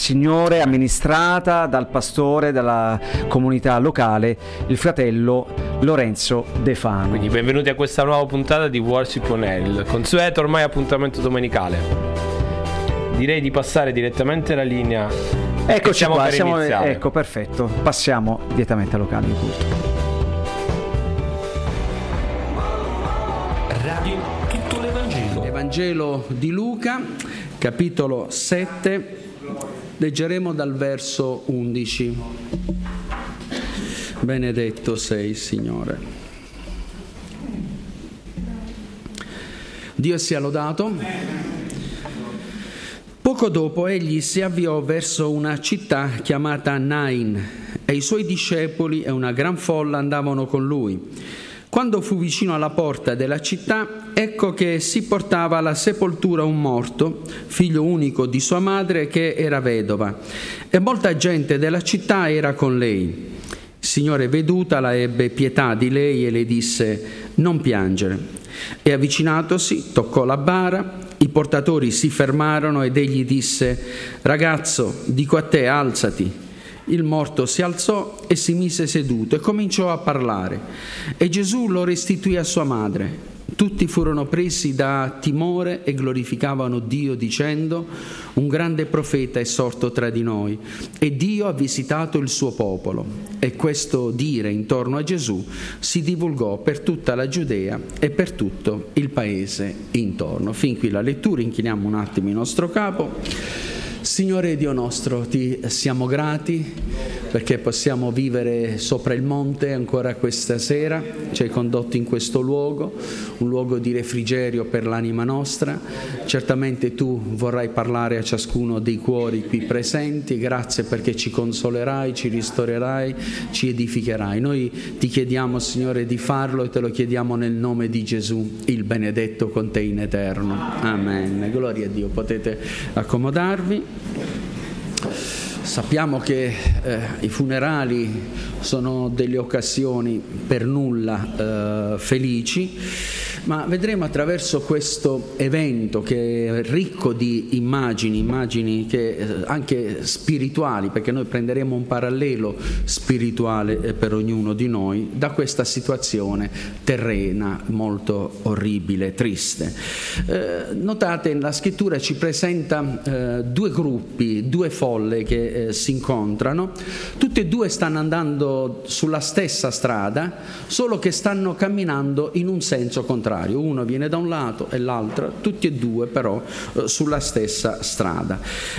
Signore, amministrata dal pastore della comunità locale, il fratello Lorenzo De Fano. Quindi benvenuti a questa nuova puntata di Worship on Air, il consueto ormai appuntamento domenicale. Direi di passare direttamente la linea. Eccoci qua, per iniziare. Ecco, perfetto. Passiamo direttamente al locale di culto. Radio Tutto l'Evangelo. Evangelo di Luca, capitolo 7. Leggeremo dal verso 11. Benedetto sei, Signore. Dio sia lodato. Poco dopo egli si avviò verso una città chiamata Nain e i suoi discepoli e una gran folla andavano con lui. Quando fu vicino alla porta della città, ecco che si portava alla sepoltura un morto, figlio unico di sua madre che era vedova, e molta gente della città era con lei. Il Signore vedutala ebbe pietà di lei e le disse: non piangere. E avvicinatosi, toccò la bara, i portatori si fermarono ed egli disse: ragazzo, dico a te, alzati. Il morto si alzò e si mise seduto e cominciò a parlare. E Gesù lo restituì a sua madre. Tutti furono presi da timore e glorificavano Dio dicendo: un grande profeta è sorto tra di noi e Dio ha visitato il suo popolo. E questo dire intorno a Gesù si divulgò per tutta la Giudea e per tutto il paese intorno. Fin qui la lettura, inchiniamo un attimo il nostro capo. Signore Dio nostro, ti siamo grati perché possiamo vivere sopra il monte ancora questa sera. Ci hai condotto in questo luogo, un luogo di refrigerio per l'anima nostra. Certamente tu vorrai parlare a ciascuno dei cuori qui presenti. Grazie perché ci consolerai, ci ristorerai, ci edificherai. Noi ti chiediamo, Signore, di farlo e te lo chiediamo nel nome di Gesù, il benedetto con te in eterno. Amen. Gloria a Dio. Potete accomodarvi. Sappiamo che i funerali sono delle occasioni per nulla felici, ma vedremo attraverso questo evento che è ricco di immagini che anche spirituali, perché noi prenderemo un parallelo spirituale per ognuno di noi da questa situazione terrena molto orribile, triste. Notate, la scrittura ci presenta due gruppi, due folle che si incontrano. Tutti e due stanno andando sulla stessa strada, solo che stanno camminando in un senso contrario. Uno viene da un lato e l'altro, tutti e due però sulla stessa strada.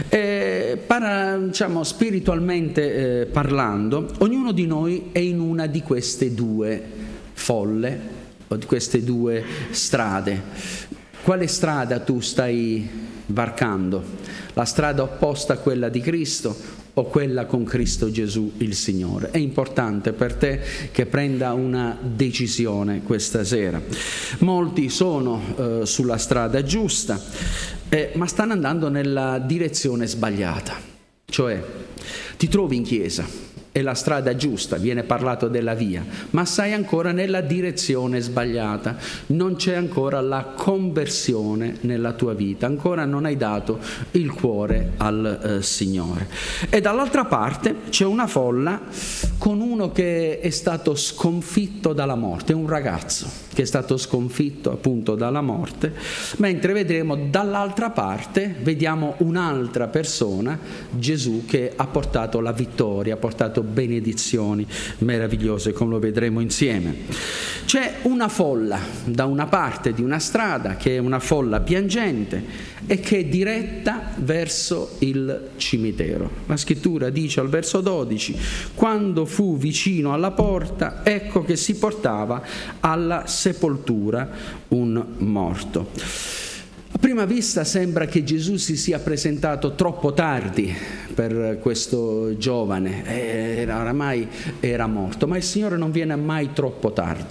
Spiritualmente parlando, ognuno di noi è in una di queste due folle o di queste due strade. Quale strada tu stai varcando? La strada opposta a quella di Cristo o quella con Cristo Gesù il Signore? È importante per te che prenda una decisione questa sera. Molti sono sulla strada giusta, ma stanno andando nella direzione sbagliata. Cioè, ti trovi in chiesa, è la strada giusta, viene parlato della via, ma sei ancora nella direzione sbagliata, non c'è ancora la conversione nella tua vita, ancora non hai dato il cuore al Signore. E dall'altra parte c'è una folla con uno che è stato sconfitto dalla morte, un ragazzo che è stato sconfitto appunto dalla morte, mentre vedremo dall'altra parte, vediamo un'altra persona, Gesù, che ha portato la vittoria, ha portato benedizioni meravigliose, come lo vedremo insieme. C'è una folla da una parte di una strada che è una folla piangente e che è diretta verso il cimitero. La scrittura dice al verso 12: quando fu vicino alla porta, ecco che si portava alla sepoltura un morto. A prima vista sembra che Gesù si sia presentato troppo tardi per questo giovane, oramai era morto, ma il Signore non viene mai troppo tardi.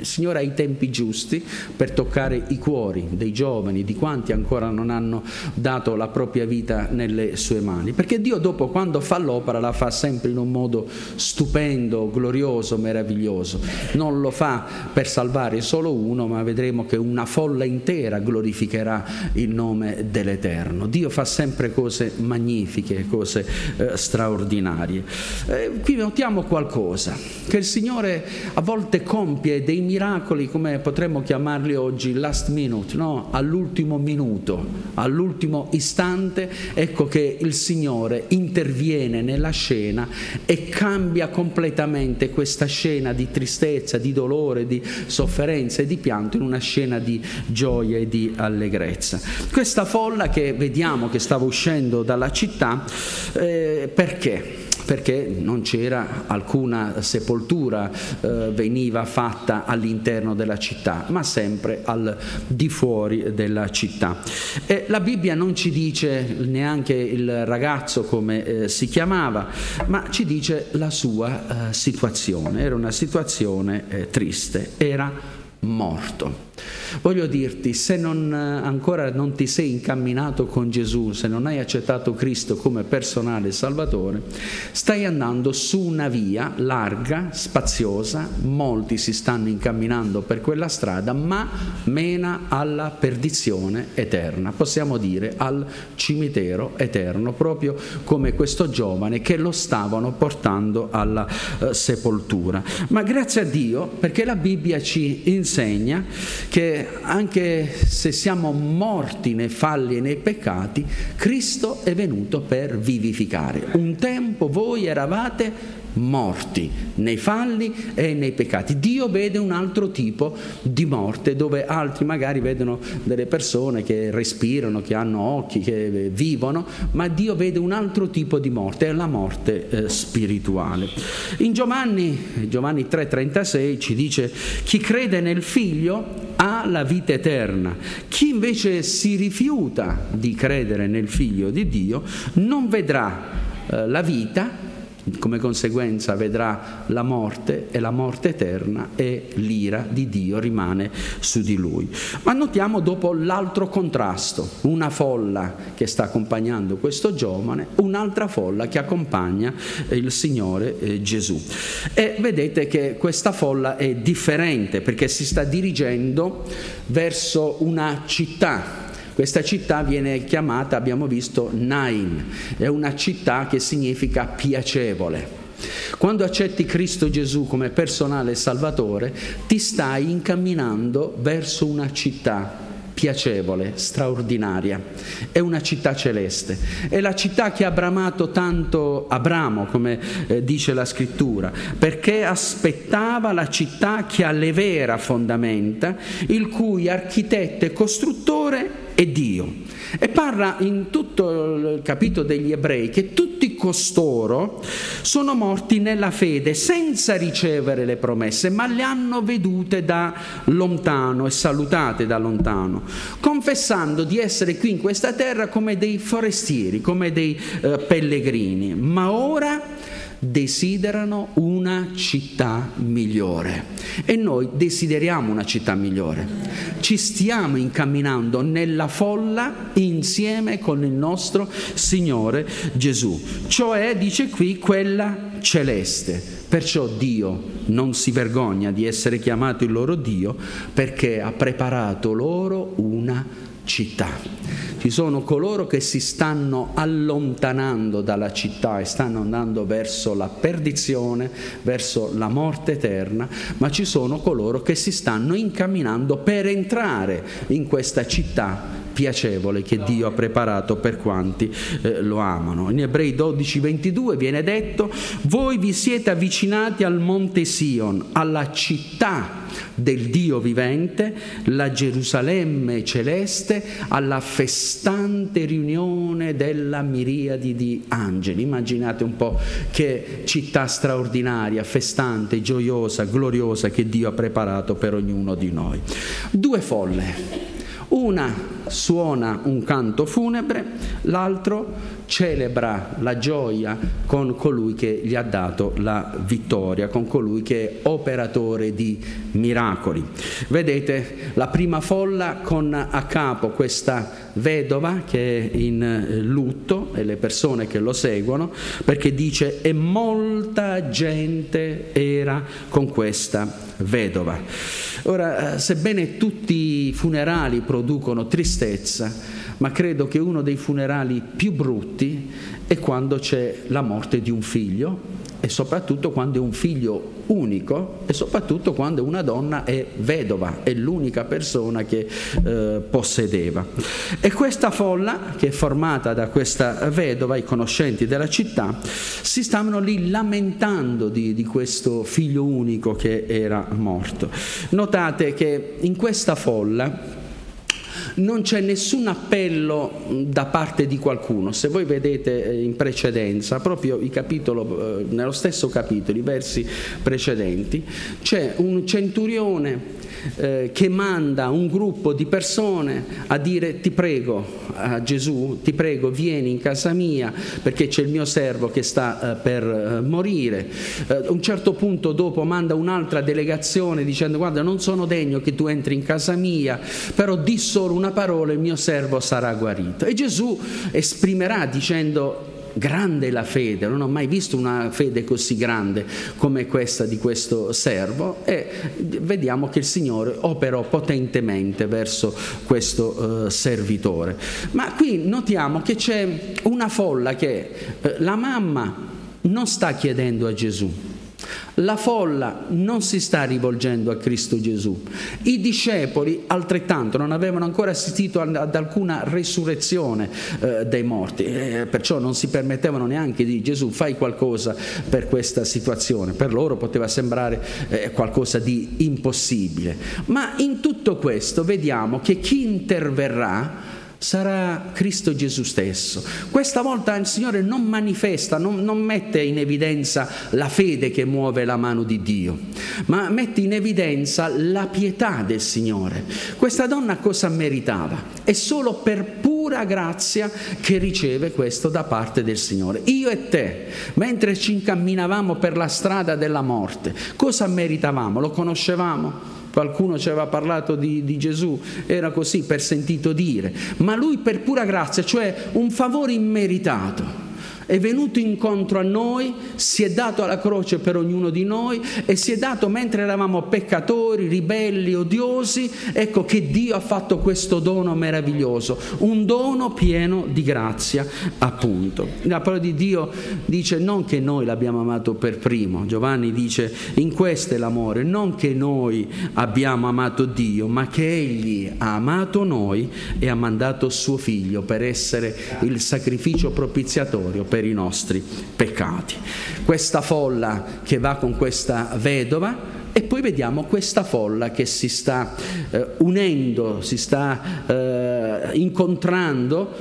Il Signore ha i tempi giusti per toccare i cuori dei giovani, di quanti ancora non hanno dato la propria vita nelle sue mani, perché Dio dopo, quando fa l'opera, la fa sempre in un modo stupendo, glorioso, meraviglioso. Non lo fa per salvare solo uno, ma vedremo che una folla intera glorificherà il nome dell'Eterno. Dio fa sempre cose magnifiche, cose straordinarie. Qui notiamo qualcosa, che il Signore a volte compie dei miracoli, come potremmo chiamarli oggi, last minute, no? All'ultimo minuto, all'ultimo istante. Ecco che il Signore interviene nella scena e cambia completamente questa scena di tristezza, di dolore, di sofferenza e di pianto in una scena di gioia e di allegrezza. Questa folla che vediamo che stava uscendo dalla città, perché? Perché non c'era alcuna sepoltura veniva fatta all'interno della città, ma sempre al di fuori della città. E la Bibbia non ci dice neanche il ragazzo come si chiamava, ma ci dice la sua situazione. Era una situazione triste, era morto. Voglio dirti, se ancora non ti sei incamminato con Gesù, se non hai accettato Cristo come personale Salvatore, stai andando su una via larga, spaziosa, molti si stanno incamminando per quella strada, ma mena alla perdizione eterna, possiamo dire al cimitero eterno, proprio come questo giovane che lo stavano portando alla sepoltura. Ma grazie a Dio, perché la Bibbia ci insegna che anche se siamo morti nei falli e nei peccati, Cristo è venuto per vivificare. Un tempo voi eravate morti nei falli e nei peccati. Dio vede un altro tipo di morte, dove altri magari vedono delle persone che respirano, che hanno occhi, che vivono, ma Dio vede un altro tipo di morte, è la morte spirituale. In Giovanni 3,36 ci dice: chi crede nel Figlio ha la vita eterna, chi invece si rifiuta di credere nel Figlio di Dio non vedrà la vita, come conseguenza vedrà la morte, e la morte eterna, e l'ira di Dio rimane su di lui. Ma notiamo dopo l'altro contrasto, una folla che sta accompagnando questo giovane, un'altra folla che accompagna il Signore Gesù. E vedete che questa folla è differente, perché si sta dirigendo verso una città. Questa città viene chiamata, abbiamo visto, Nain, è una città che significa piacevole. Quando accetti Cristo Gesù come personale Salvatore, ti stai incamminando verso una città piacevole, straordinaria. È una città celeste. È la città che ha bramato tanto Abramo, come dice la Scrittura, perché aspettava la città che ha le vere fondamenta, il cui architetto e costruttore è Dio. E parla in tutto il capitolo degli Ebrei che tutti costoro sono morti nella fede senza ricevere le promesse, ma le hanno vedute da lontano e salutate da lontano, confessando di essere qui in questa terra come dei forestieri, come dei pellegrini, ma ora desiderano una città migliore. E noi desideriamo una città migliore. Ci stiamo incamminando nella folla insieme con il nostro Signore Gesù, cioè, dice qui, quella celeste. Perciò Dio non si vergogna di essere chiamato il loro Dio, perché ha preparato loro una città. Ci sono coloro che si stanno allontanando dalla città e stanno andando verso la perdizione, verso la morte eterna, ma ci sono coloro che si stanno incamminando per entrare in questa città piacevole che Dio ha preparato per quanti lo amano. In Ebrei 12:22 viene detto: voi vi siete avvicinati al monte Sion, alla città del Dio vivente, la Gerusalemme celeste, alla festante riunione della miriadi di angeli. Immaginate un po' che città straordinaria, festante, gioiosa, gloriosa che Dio ha preparato per ognuno di noi. Due folle, una suona un canto funebre, l'altro celebra la gioia con colui che gli ha dato la vittoria, con colui che è operatore di miracoli. Vedete la prima folla con a capo questa vedova che è in lutto e le persone che lo seguono, perché dice: e molta gente era con questa vedova. Ora, sebbene tutti i funerali producono tristezza, ma credo che uno dei funerali più brutti è quando c'è la morte di un figlio, e soprattutto quando è un figlio unico, e soprattutto quando una donna è vedova, è l'unica persona che possedeva. E questa folla, che è formata da questa vedova, i conoscenti della città, si stavano lì lamentando di questo figlio unico che era morto. Notate che in questa folla non c'è nessun appello da parte di qualcuno. Se voi vedete in precedenza, proprio nello stesso capitolo, i versi precedenti, c'è un centurione che manda un gruppo di persone a dire: ti prego, a Gesù, ti prego, vieni in casa mia perché c'è il mio servo che sta per morire. A un certo punto dopo manda un'altra delegazione dicendo: guarda, non sono degno che tu entri in casa mia, però di solo una parola, il mio servo sarà guarito. E Gesù esprimerà dicendo: grande è la fede, non ho mai visto una fede così grande come questa di questo servo. E vediamo che il Signore operò potentemente verso questo servitore. Ma qui notiamo che c'è una folla che la mamma non sta chiedendo a Gesù, la folla non si sta rivolgendo a Cristo Gesù, i discepoli altrettanto non avevano ancora assistito ad alcuna resurrezione dei morti, perciò non si permettevano neanche di: Gesù, fai qualcosa per questa situazione. Per loro poteva sembrare qualcosa di impossibile. Ma in tutto questo vediamo che chi interverrà sarà Cristo Gesù stesso. Questa volta il Signore non manifesta, non mette in evidenza la fede che muove la mano di Dio, ma mette in evidenza la pietà del Signore. Questa donna cosa meritava? È solo per pura grazia che riceve questo da parte del Signore. Io e te, mentre ci incamminavamo per la strada della morte, cosa meritavamo? Lo conoscevamo? Qualcuno ci aveva parlato di Gesù, era così per sentito dire, ma lui per pura grazia, cioè un favore immeritato, è venuto incontro a noi, si è dato alla croce per ognuno di noi e si è dato mentre eravamo peccatori, ribelli, odiosi. Ecco che Dio ha fatto questo dono meraviglioso, un dono pieno di grazia, appunto. La parola di Dio dice non che noi l'abbiamo amato per primo. Giovanni dice: in questo è l'amore, non che noi abbiamo amato Dio, ma che Egli ha amato noi e ha mandato suo Figlio per essere il sacrificio propiziatorio per i nostri peccati. Questa folla che va con questa vedova, e poi vediamo questa folla che si sta unendo, si sta incontrando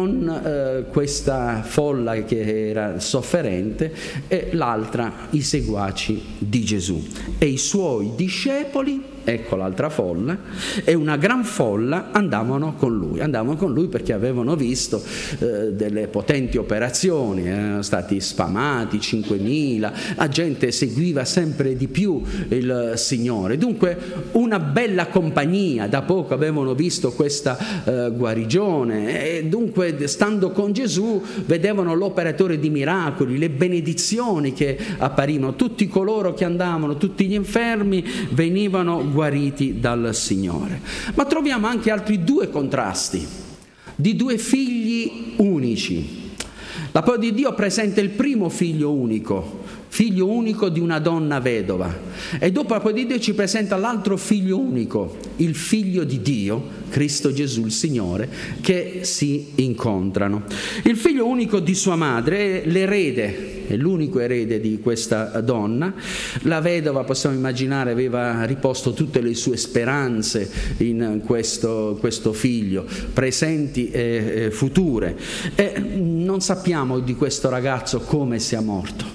con questa folla che era sofferente, e l'altra i seguaci di Gesù e i suoi discepoli. Ecco l'altra folla, e una gran folla andavano con lui perché avevano visto delle potenti operazioni, erano stati sfamati, 5.000, la gente seguiva sempre di più il Signore. Dunque una bella compagnia, da poco avevano visto questa guarigione, e dunque stando con Gesù vedevano l'operatore di miracoli, le benedizioni che apparivano, tutti coloro che andavano, tutti gli infermi venivano guariti dal Signore. Ma troviamo anche altri due contrasti di due figli unici. La parola di Dio presenta il primo figlio unico di una donna vedova, e dopo la parola di Dio ci presenta l'altro figlio unico, il figlio di Dio, Cristo Gesù il Signore, che si incontrano. Il figlio unico di sua madre è l'erede, è l'unico erede di questa donna. La vedova, possiamo immaginare, aveva riposto tutte le sue speranze in questo figlio, presenti e future, e non sappiamo di questo ragazzo come sia morto.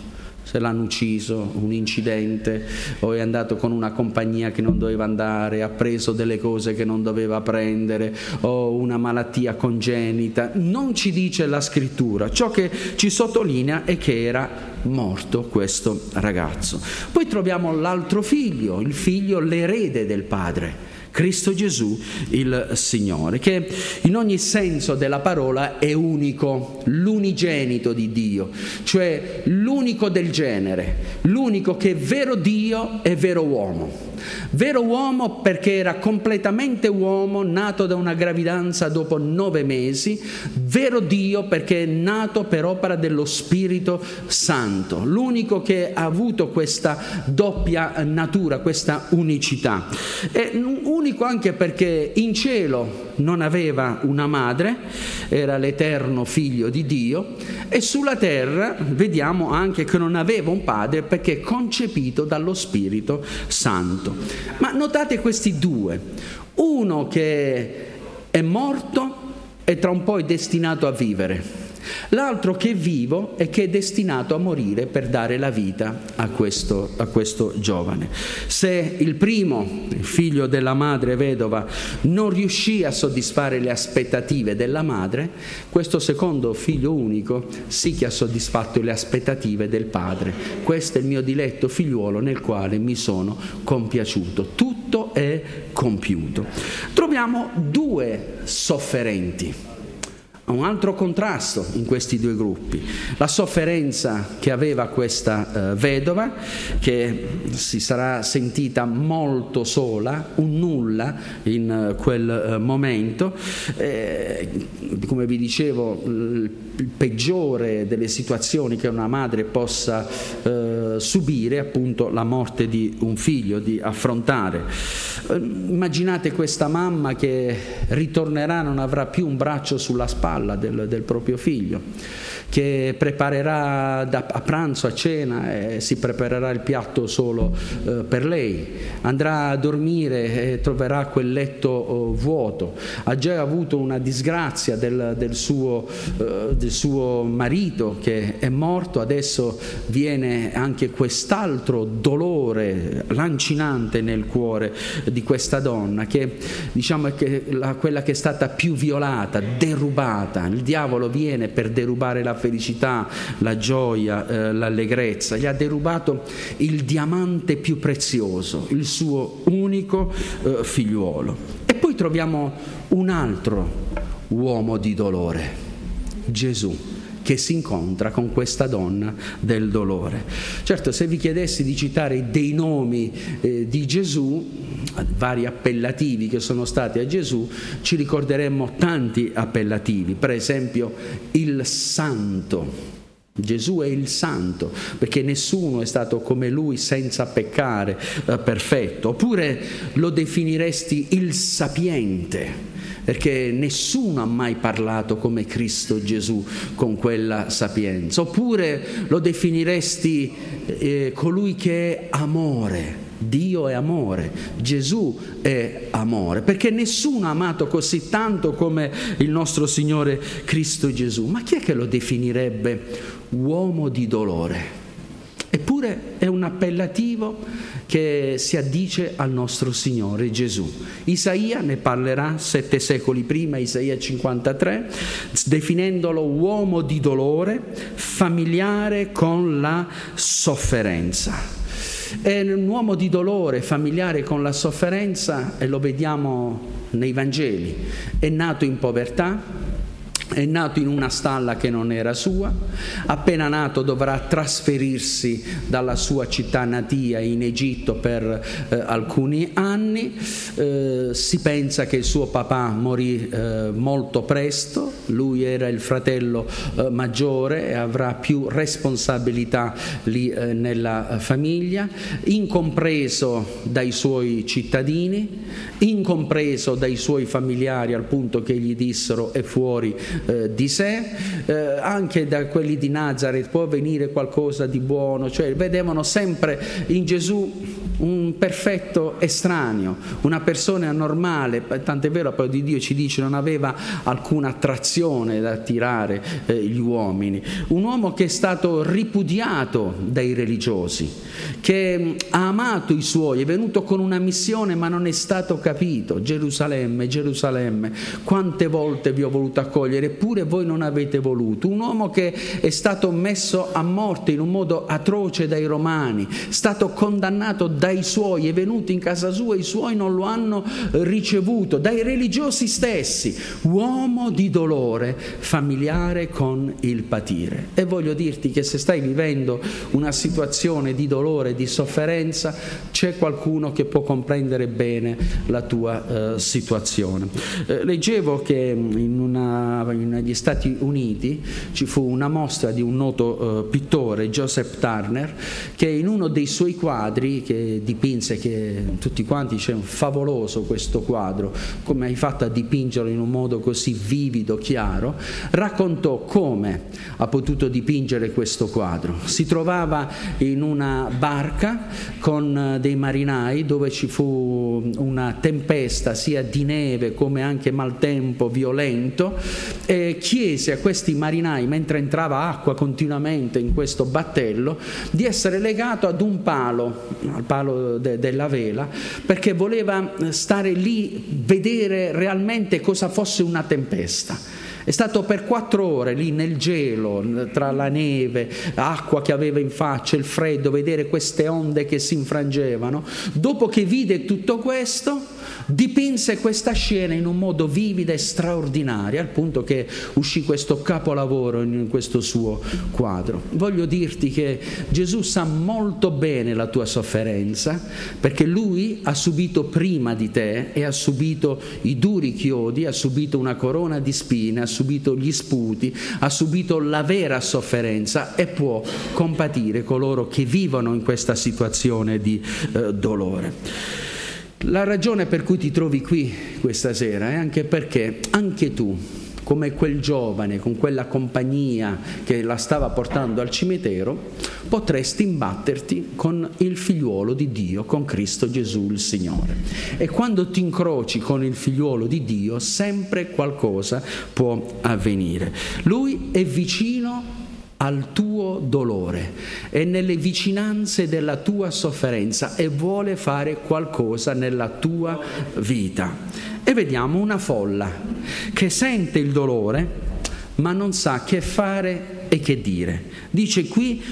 se l'hanno ucciso, un incidente, o è andato con una compagnia che non doveva andare, ha preso delle cose che non doveva prendere, o una malattia congenita. Non ci dice la scrittura. Ciò che ci sottolinea è che era morto questo ragazzo. Poi troviamo l'altro figlio, il figlio l'erede del padre, Cristo Gesù il Signore, che in ogni senso della parola è unico, l'unigenito di Dio, cioè l'unico del genere, l'unico che è vero Dio e vero uomo. Vero uomo perché era completamente uomo, nato da una gravidanza dopo 9 mesi, vero Dio perché è nato per opera dello Spirito Santo, l'unico che ha avuto questa doppia natura, questa unicità. E unico anche perché in cielo non aveva una madre, era l'eterno figlio di Dio, e sulla terra vediamo anche che non aveva un padre perché è concepito dallo Spirito Santo. Ma notate questi due, uno che è morto e tra un po' è destinato a vivere, l'altro che è vivo e che è destinato a morire per dare la vita a questo giovane. Se il primo, il figlio della madre vedova, non riuscì a soddisfare le aspettative della madre, questo secondo figlio unico sì che ha soddisfatto le aspettative del padre. Questo è il mio diletto figliuolo nel quale mi sono compiaciuto. Tutto è compiuto. Troviamo due sofferenti. Un altro contrasto in questi due gruppi, la sofferenza che aveva questa vedova, che si sarà sentita molto sola, un nulla in quel momento, come vi dicevo, il peggiore delle situazioni che una madre possa subire, appunto la morte di un figlio, di affrontare. Immaginate questa mamma che ritornerà, non avrà più un braccio sulla spalla del proprio figlio, che preparerà a pranzo, a cena, e si preparerà il piatto solo per lei, andrà a dormire e troverà quel letto vuoto, ha già avuto una disgrazia del suo marito che è morto, adesso viene anche quest'altro dolore lancinante nel cuore di questa donna, che diciamo è quella che è stata più violata, derubata. Il diavolo viene per derubare la felicità, la gioia, l'allegrezza. Gli ha derubato il diamante più prezioso, il suo unico figliuolo. E poi troviamo un altro uomo di dolore, Gesù, che si incontra con questa donna del dolore. Certo, se vi chiedessi di citare dei nomi di Gesù, vari appellativi che sono stati a Gesù, ci ricorderemmo tanti appellativi, per esempio il Santo. Gesù è il Santo, perché nessuno è stato come Lui senza peccare, perfetto. Oppure lo definiresti il Sapiente, perché nessuno ha mai parlato come Cristo Gesù con quella sapienza. Oppure lo definiresti colui che è amore. Dio è amore, Gesù è amore, perché nessuno ha amato così tanto come il nostro Signore Cristo Gesù. Ma chi è che lo definirebbe uomo di dolore? Eppure è un appellativo che si addice al nostro Signore Gesù. Isaia ne parlerà 7 secoli prima, Isaia 53, definendolo uomo di dolore, familiare con la sofferenza. È un uomo di dolore, familiare con la sofferenza, e lo vediamo nei Vangeli. È nato in povertà, è nato in una stalla che non era sua, appena nato dovrà trasferirsi dalla sua città natia in Egitto per alcuni anni. Si pensa che il suo papà morì molto presto, lui era il fratello maggiore e avrà più responsabilità lì nella famiglia, incompreso dai suoi cittadini, incompreso dai suoi familiari, al punto che gli dissero è fuori di sé, anche da quelli di Nazareth può venire qualcosa di buono, cioè vedevano sempre in Gesù un perfetto estraneo, una persona normale, tant'è vero, poi di Dio ci dice non aveva alcuna attrazione da attirare gli uomini, un uomo che è stato ripudiato dai religiosi, che ha amato i suoi, è venuto con una missione ma non è stato capito. Gerusalemme, Gerusalemme, quante volte vi ho voluto accogliere eppure voi non avete voluto. Un uomo che è stato messo a morte in un modo atroce dai romani, stato condannato dai suoi, è venuto in casa sua, i suoi non lo hanno ricevuto, dai religiosi stessi, uomo di dolore, familiare con il patire. E voglio dirti che se stai vivendo una situazione di dolore, di sofferenza, c'è qualcuno che può comprendere bene la tua situazione. Leggevo che negli Stati Uniti ci fu una mostra di un noto pittore, Joseph Turner, che in uno dei suoi quadri che dipinse, che tutti quanti dicevano favoloso questo quadro, come hai fatto a dipingerlo in un modo così vivido, chiaro, raccontò come ha potuto dipingere questo quadro. Si trovava in una barca con dei marinai dove ci fu una tempesta sia di neve come anche maltempo violento, e chiese a questi marinai, mentre entrava acqua continuamente in questo battello, di essere legato ad un palo, al palo della vela, perché voleva stare lì, vedere realmente cosa fosse una tempesta. È stato per 4 ore lì nel gelo, tra la neve, acqua che aveva in faccia, il freddo, vedere queste onde che si infrangevano. Dopo che vide tutto questo, dipinse questa scena in un modo vivido e straordinario, al punto che uscì questo capolavoro in questo suo quadro. Voglio dirti che Gesù sa molto bene la tua sofferenza, perché Lui ha subito prima di te e ha subito i duri chiodi, ha subito una corona di spine, ha subito gli sputi, ha subito la vera sofferenza e può compatire coloro che vivono in questa situazione di dolore. La ragione per cui ti trovi qui questa sera è anche perché anche tu, come quel giovane con quella compagnia che la stava portando al cimitero, potresti imbatterti con il figliuolo di Dio, con Cristo Gesù il Signore. E quando ti incroci con il figliuolo di Dio, sempre qualcosa può avvenire. Lui è vicino al tuo dolore, è nelle vicinanze della tua sofferenza e vuole fare qualcosa nella tua vita. E vediamo una folla che sente il dolore ma non sa che fare e che dire. Dice qui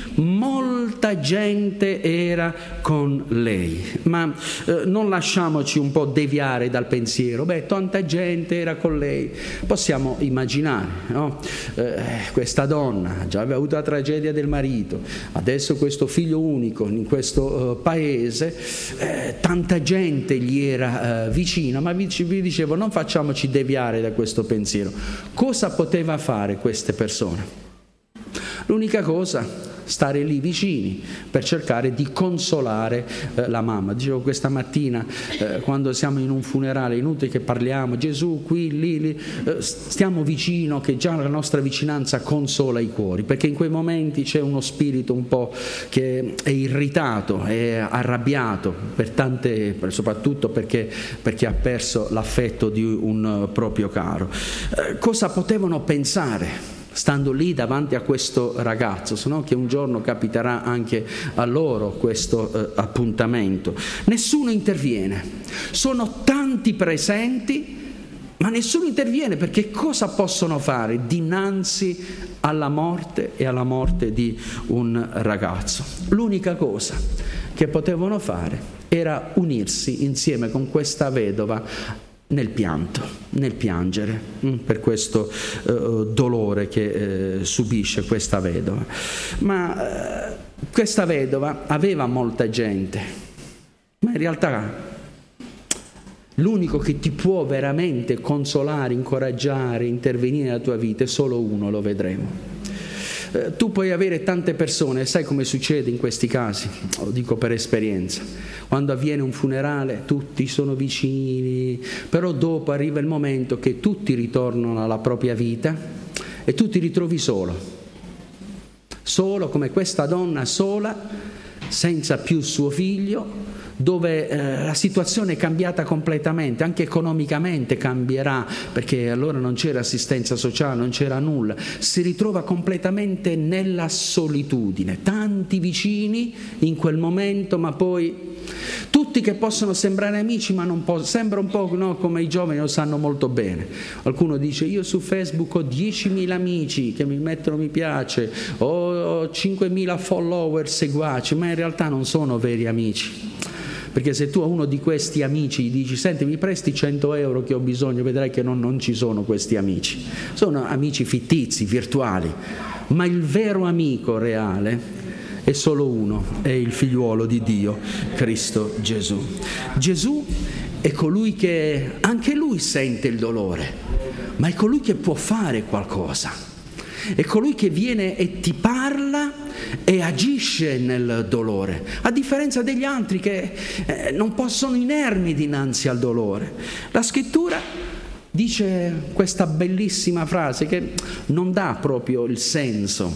molta gente era con lei, ma non lasciamoci un po' deviare dal pensiero. Tanta gente era con lei, possiamo immaginare, no? Questa donna già aveva avuto la tragedia del marito, adesso questo figlio unico in questo paese, tanta gente gli era vicina, ma vi dicevo non facciamoci deviare da questo pensiero. Cosa poteva fare queste persone? L'unica cosa, stare lì vicini per cercare di consolare la mamma. Dicevo questa mattina, quando siamo in un funerale, inutile che parliamo, Gesù qui, lì, stiamo vicino, che già la nostra vicinanza consola i cuori, perché in quei momenti c'è uno spirito un po' che è irritato, è arrabbiato, soprattutto perché ha perso l'affetto di un proprio caro. Cosa potevano pensare stando lì davanti a questo ragazzo, se no che un giorno capiterà anche a loro questo appuntamento? Nessuno interviene, sono tanti presenti, ma nessuno interviene, perché cosa possono fare dinanzi alla morte e alla morte di un ragazzo? L'unica cosa che potevano fare era unirsi insieme con questa vedova nel pianto, nel piangere per questo dolore che subisce questa vedova. Ma questa vedova aveva molta gente, ma in realtà l'unico che ti può veramente consolare, incoraggiare, intervenire nella tua vita è solo uno, lo vedremo. Tu puoi avere tante persone, sai come succede in questi casi? Lo dico per esperienza. Quando avviene un funerale tutti sono vicini, però dopo arriva il momento che tutti ritornano alla propria vita e tu ti ritrovi solo come questa donna sola, senza più suo figlio, dove la situazione è cambiata completamente, anche economicamente cambierà, perché allora non c'era assistenza sociale, non c'era nulla, si ritrova completamente nella solitudine, tanti vicini in quel momento, ma poi tutti che possono sembrare amici, ma non sembra un po', no, come i giovani lo sanno molto bene. Qualcuno dice: io su Facebook ho 10.000 amici che mi mettono mi piace, ho 5.000 follower seguaci, ma in realtà non sono veri amici. Perché se tu a uno di questi amici gli dici: senti, mi presti 100 euro che ho bisogno, vedrai che non ci sono questi amici, sono amici fittizi, virtuali. Ma il vero amico reale è solo uno, è il figliuolo di Dio, Cristo Gesù. Gesù è colui che anche lui sente il dolore, ma è colui che può fare qualcosa. È colui che viene e ti parla e agisce nel dolore, a differenza degli altri che non possono inermi dinanzi al dolore. La scrittura dice questa bellissima frase che non dà proprio il senso.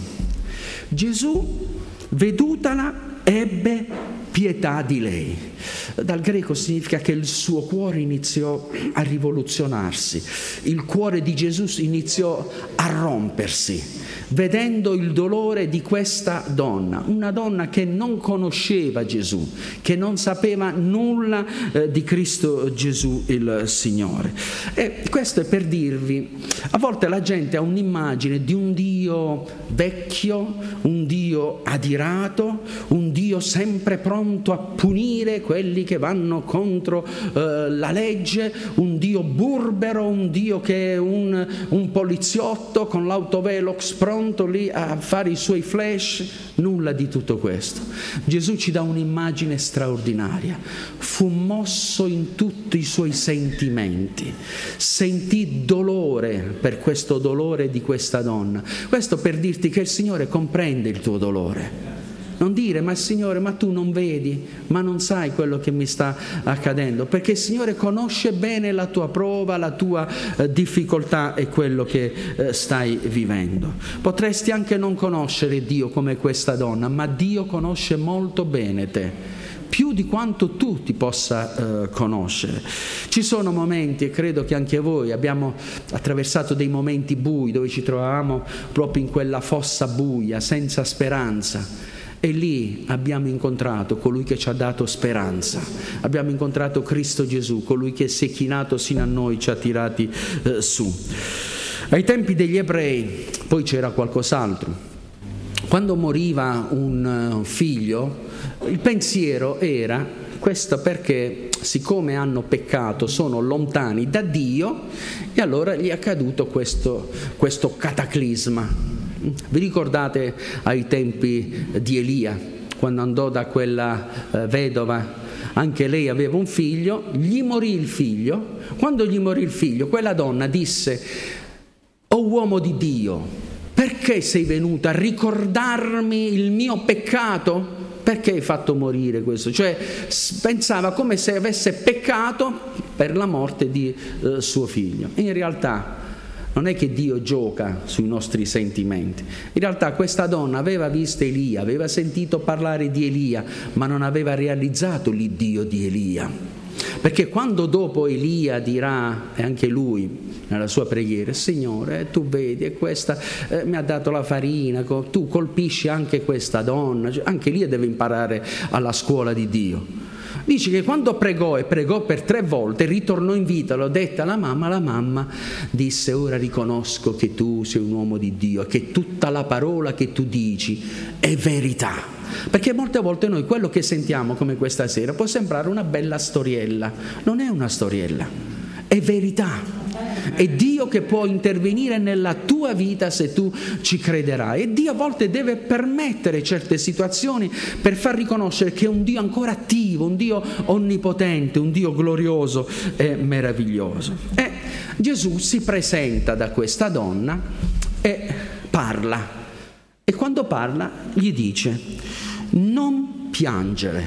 Gesù, vedutala, ebbe pietà di lei. Dal greco significa che il suo cuore iniziò a rivoluzionarsi, il cuore di Gesù iniziò a rompersi, vedendo il dolore di questa donna, una donna che non conosceva Gesù, che non sapeva nulla di Cristo Gesù il Signore. E questo è per dirvi, a volte la gente ha un'immagine di un Dio vecchio, un Dio adirato, un Dio sempre pronto a punire quelli che vanno contro la legge, un Dio burbero, un Dio che è un poliziotto con l'autovelox pronto lì a fare i suoi flash. Nulla di tutto questo. Gesù ci dà un'immagine straordinaria. Fu mosso in tutti i suoi sentimenti, sentì dolore per questo dolore di questa donna. Questo per dirti che il Signore comprende il tuo dolore. Non dire: ma Signore, ma tu non vedi, ma non sai quello che mi sta accadendo, perché il Signore conosce bene la tua prova, la tua difficoltà e quello che stai vivendo. Potresti anche non conoscere Dio come questa donna, ma Dio conosce molto bene te, più di quanto tu ti possa conoscere. Ci sono momenti, e credo che anche voi abbiamo attraversato dei momenti bui, dove ci trovavamo proprio in quella fossa buia, senza speranza. E lì abbiamo incontrato colui che ci ha dato speranza, abbiamo incontrato Cristo Gesù, colui che si è chinato sino a noi, ci ha tirati su. Ai tempi degli ebrei poi c'era qualcos'altro. Quando moriva un figlio, il pensiero era questo: perché siccome hanno peccato, sono lontani da Dio, e allora gli è accaduto questo cataclisma. Vi ricordate ai tempi di Elia, quando andò da quella vedova? Anche lei aveva un figlio, gli morì il figlio. Quando gli morì il figlio, quella donna disse: «O uomo di Dio, perché sei venuto a ricordarmi il mio peccato? Perché hai fatto morire questo?» Cioè pensava come se avesse peccato per la morte di suo figlio. In realtà non è che Dio gioca sui nostri sentimenti. In realtà questa donna aveva visto Elia, aveva sentito parlare di Elia, ma non aveva realizzato l'Iddio di Elia. Perché quando dopo Elia dirà, e anche lui nella sua preghiera: Signore, tu vedi, e questa mi ha dato la farina, tu colpisci anche questa donna, anche Elia deve imparare alla scuola di Dio. Dice che quando pregò, e pregò per 3 volte, ritornò in vita, l'ho detta alla mamma, la mamma disse: ora riconosco che tu sei un uomo di Dio e che tutta la parola che tu dici è verità. Perché molte volte noi quello che sentiamo, come questa sera, può sembrare una bella storiella. Non è una storiella, è verità. È Dio che può intervenire nella tua vita se tu ci crederai. E Dio a volte deve permettere certe situazioni per far riconoscere che è un Dio ancora attivo, un Dio onnipotente, un Dio glorioso e meraviglioso. E Gesù si presenta da questa donna e parla. E quando parla gli dice: non piangere.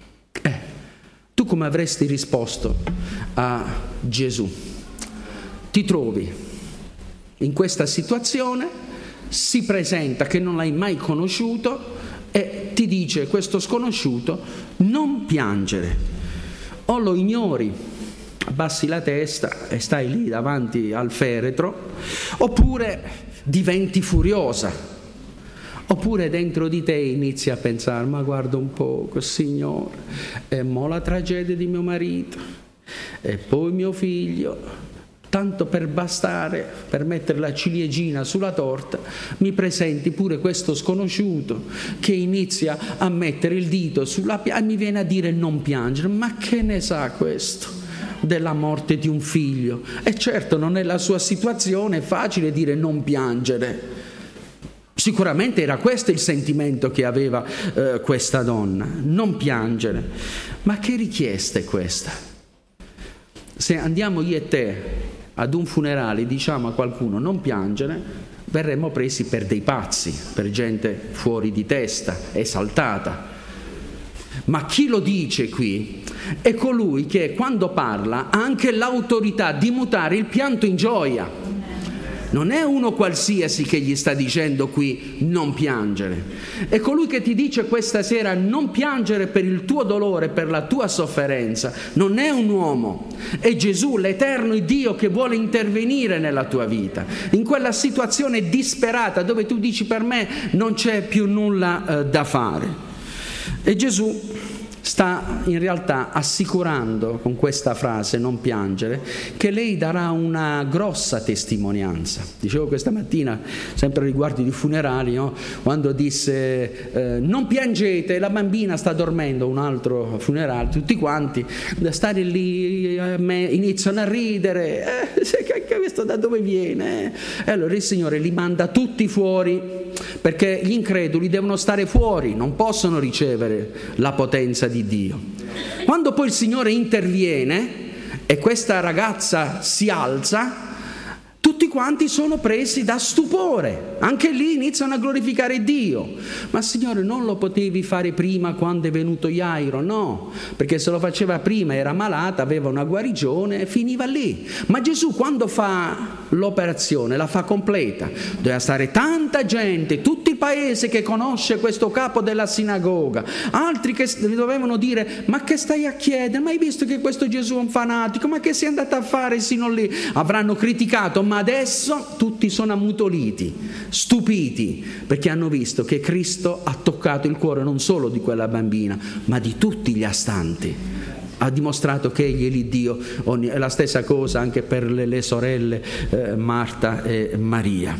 Tu come avresti risposto a Gesù? Ti trovi in questa situazione, si presenta che non l'hai mai conosciuto e ti dice questo sconosciuto: non piangere. O lo ignori, abbassi la testa e stai lì davanti al feretro, oppure diventi furiosa, oppure dentro di te inizi a pensare: ma guarda un poco, Signore, e mo la tragedia di mio marito, e poi mio figlio, tanto per bastare, per mettere la ciliegina sulla torta, mi presenti pure questo sconosciuto che inizia a mettere il dito sulla piaga e mi viene a dire non piangere. Ma che ne sa questo della morte di un figlio? E certo non è la sua situazione, è facile dire non piangere. Sicuramente era questo il sentimento che aveva questa donna, non piangere. Ma che richiesta è questa? Se andiamo io e te ad un funerale, diciamo a qualcuno non piangere, verremo presi per dei pazzi, per gente fuori di testa, esaltata. Ma chi lo dice qui è colui che quando parla ha anche l'autorità di mutare il pianto in gioia. Non è uno qualsiasi che gli sta dicendo qui non piangere. È colui che ti dice questa sera non piangere per il tuo dolore, per la tua sofferenza. Non è un uomo, è Gesù, l'eterno Dio, che vuole intervenire nella tua vita, in quella situazione disperata dove tu dici per me non c'è più nulla da fare. E Gesù sta in realtà assicurando con questa frase non piangere che lei darà una grossa testimonianza. Dicevo questa mattina, sempre riguardo di funerali, no? Quando disse non piangete, la bambina sta dormendo, un altro funerale, tutti quanti da stare lì iniziano a ridere, questo da dove viene? E allora il Signore li manda tutti fuori, perché gli increduli devono stare fuori, non possono ricevere la potenza di Dio. Quando poi il Signore interviene e questa ragazza si alza, tutti quanti sono presi da stupore, anche lì iniziano a glorificare Dio. Ma Signore, non lo potevi fare prima quando è venuto Jairo? No, perché se lo faceva prima era malata, aveva una guarigione e finiva lì. Ma Gesù quando fa l'operazione la fa completa, doveva stare tanta gente, tutto il paese che conosce questo capo della sinagoga, altri che dovevano dire ma che stai a chiedere, ma hai visto che questo Gesù è un fanatico, ma che sei andato a fare sino lì? Avranno criticato, ma adesso tutti sono ammutoliti, stupiti, perché hanno visto che Cristo ha toccato il cuore non solo di quella bambina, ma di tutti gli astanti. Ha dimostrato che egli è l'Iddio. È la stessa cosa anche per le sorelle Marta e Maria.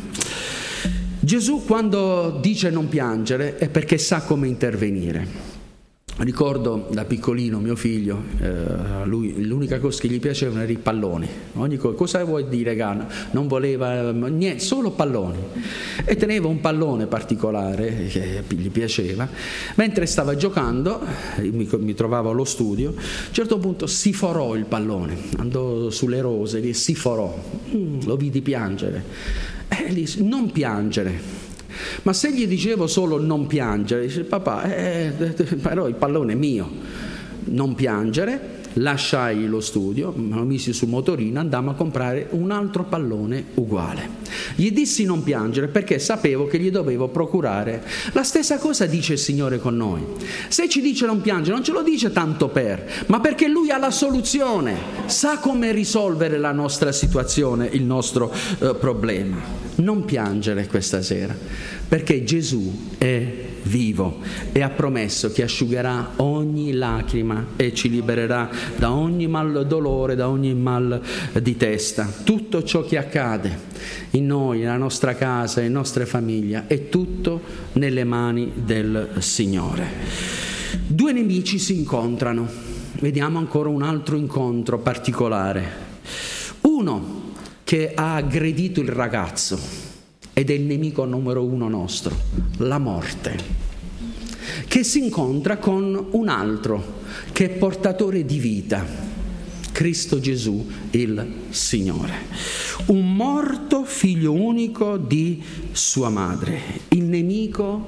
Gesù quando dice non piangere è perché sa come intervenire. Ricordo da piccolino mio figlio, lui l'unica cosa che gli piacevano erano i palloni. Ogni cosa vuoi dire, Gana? Non voleva niente, solo palloni. E teneva un pallone particolare che gli piaceva. Mentre stava giocando, mi trovavo allo studio, a un certo punto si forò il pallone, andò sulle rose e si forò. Lo vidi piangere. E gli disse, non piangere. Ma se gli dicevo solo non piangere, dice papà, però il pallone è mio, non piangere. Lasciai lo studio, me lo misi sul motorino, andammo a comprare un altro pallone uguale. Gli dissi non piangere perché sapevo che gli dovevo procurare. La stessa cosa dice il Signore con noi. Se ci dice non piangere, non ce lo dice tanto ma perché Lui ha la soluzione, sa come risolvere la nostra situazione, il nostro problema. Non piangere questa sera, perché Gesù è vivo e ha promesso che asciugherà ogni lacrima e ci libererà da ogni mal dolore, da ogni mal di testa. Tutto ciò che accade in noi, nella nostra casa, nelle nostre famiglie, è tutto nelle mani del Signore. Due nemici si incontrano. Vediamo ancora un altro incontro particolare. Uno che ha aggredito il ragazzo ed è il nemico numero uno nostro, la morte, che si incontra con un altro che è portatore di vita, Cristo Gesù il Signore, un morto figlio unico di sua madre, il nemico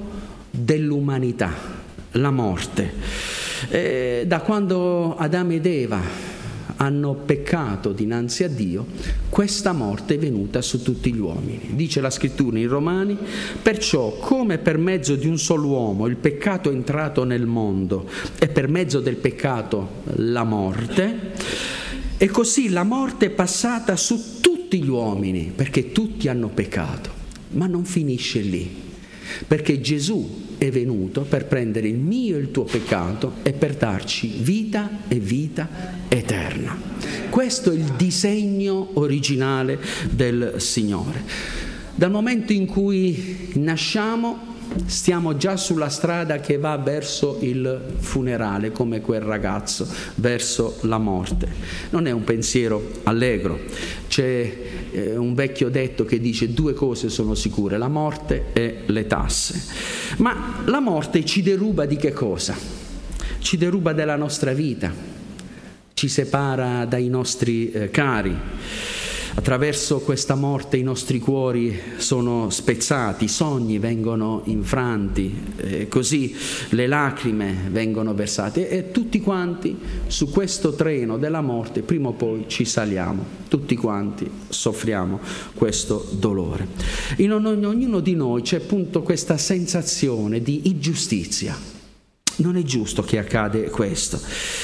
dell'umanità, la morte. Da quando Adamo ed Eva hanno peccato dinanzi a Dio, questa morte è venuta su tutti gli uomini. Dice la scrittura in Romani: perciò come per mezzo di un solo uomo il peccato è entrato nel mondo e per mezzo del peccato la morte, e così la morte è passata su tutti gli uomini, perché tutti hanno peccato. Ma non finisce lì, perché Gesù è venuto per prendere il mio e il tuo peccato e per darci vita e vita eterna. Questo è il disegno originale del Signore. Dal momento in cui nasciamo stiamo già sulla strada che va verso il funerale, come quel ragazzo, verso la morte. Non è un pensiero allegro. C'è un vecchio detto che dice: due cose sono sicure, la morte e le tasse. Ma la morte ci deruba di che cosa? Ci deruba della nostra vita, ci separa dai nostri cari. Attraverso questa morte i nostri cuori sono spezzati, i sogni vengono infranti, così le lacrime vengono versate, e tutti quanti su questo treno della morte prima o poi ci saliamo, tutti quanti soffriamo questo dolore. In ognuno di noi c'è appunto questa sensazione di ingiustizia. Non è giusto che accade questo,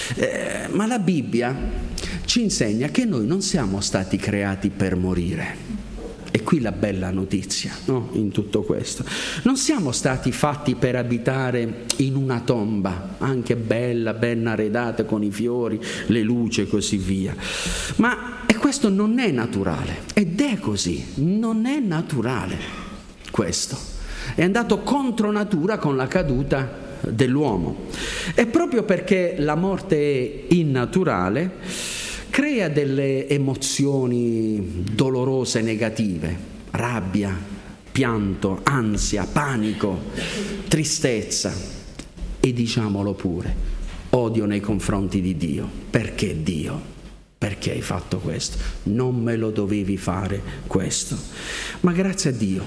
ma la Bibbia ci insegna che noi non siamo stati creati per morire. E qui la bella notizia, no? In tutto questo. Non siamo stati fatti per abitare in una tomba, anche bella, ben arredata con i fiori, le luci e così via. Ma questo non è naturale, ed è così, non è naturale questo. È andato contro natura con la caduta dell'uomo. E proprio perché la morte è innaturale, crea delle emozioni dolorose, negative, rabbia, pianto, ansia, panico, tristezza e, diciamolo pure, odio nei confronti di Dio. Perché Dio? Perché hai fatto questo? Non me lo dovevi fare questo. Ma grazie a Dio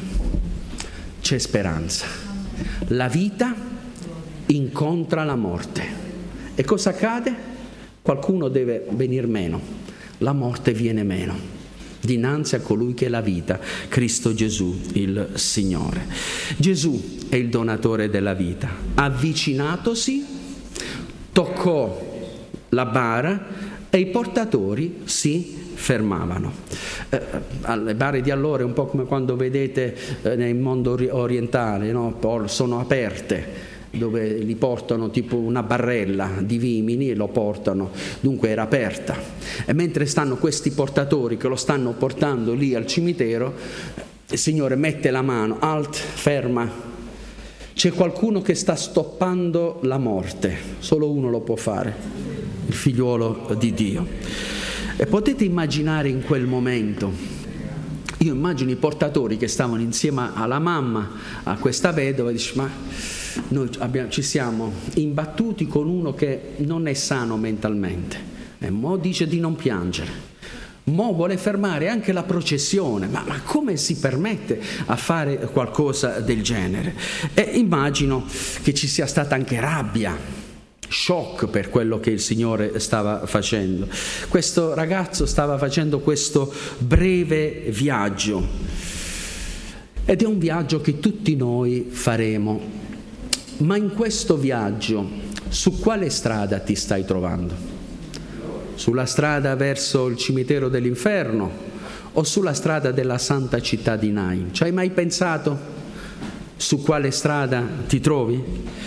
c'è speranza. La vita incontra la morte. E cosa accade? Qualcuno deve venir meno, la morte viene meno dinanzi a colui che è la vita, Cristo Gesù, il Signore. Gesù è il donatore della vita. Avvicinatosi, toccò la bara e i portatori si fermavano. Le bare di allora è un po' come quando vedete nel mondo orientale, no? Sono aperte, dove li portano tipo una barrella di vimini e lo portano, dunque era aperta, e mentre stanno questi portatori che lo stanno portando lì al cimitero, il Signore mette la mano, alt, ferma, c'è qualcuno che sta stoppando la morte, solo uno lo può fare, il figliuolo di Dio. E potete immaginare in quel momento, io immagino i portatori che stavano insieme alla mamma, a questa vedova, e dice: ma noi ci siamo imbattuti con uno che non è sano mentalmente, e mo dice di non piangere, mo vuole fermare anche la processione, ma come si permette a fare qualcosa del genere? E immagino che ci sia stata anche rabbia, shock per quello che il Signore stava facendo. Questo ragazzo stava facendo questo breve viaggio, ed è un viaggio che tutti noi faremo. Ma in questo viaggio, su quale strada ti stai trovando? Sulla strada verso il cimitero dell'inferno o sulla strada della santa città di Nain? Ci hai mai pensato su quale strada ti trovi?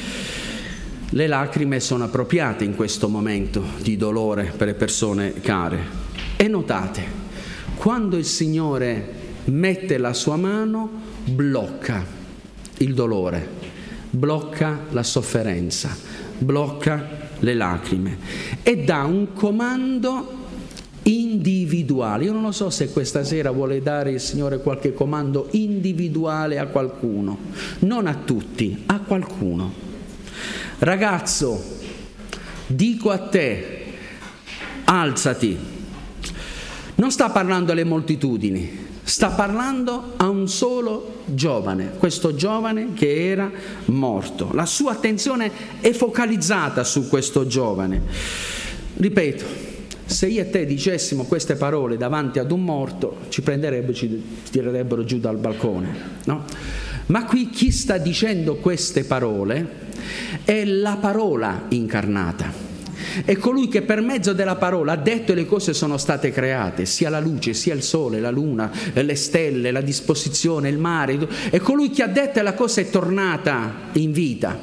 Le lacrime sono appropriate in questo momento di dolore per le persone care. E notate, quando il Signore mette la sua mano, blocca il dolore, blocca la sofferenza, blocca le lacrime e dà un comando individuale. Io non lo so se questa sera vuole dare il Signore qualche comando individuale a qualcuno, non a tutti, a qualcuno. Ragazzo, dico a te, alzati. Non sta parlando alle moltitudini, sta parlando a un solo giovane, questo giovane che era morto. La sua attenzione è focalizzata su questo giovane. Ripeto, Se io e te dicessimo queste parole davanti ad un morto, ci prenderebbero, ci tirerebbero giù dal balcone, no? Ma qui chi sta dicendo queste parole è la parola incarnata. È colui che per mezzo della parola ha detto e le cose sono state create, sia la luce, sia il sole, la luna, le stelle, la disposizione, il mare. È colui che ha detto e la cosa è tornata in vita.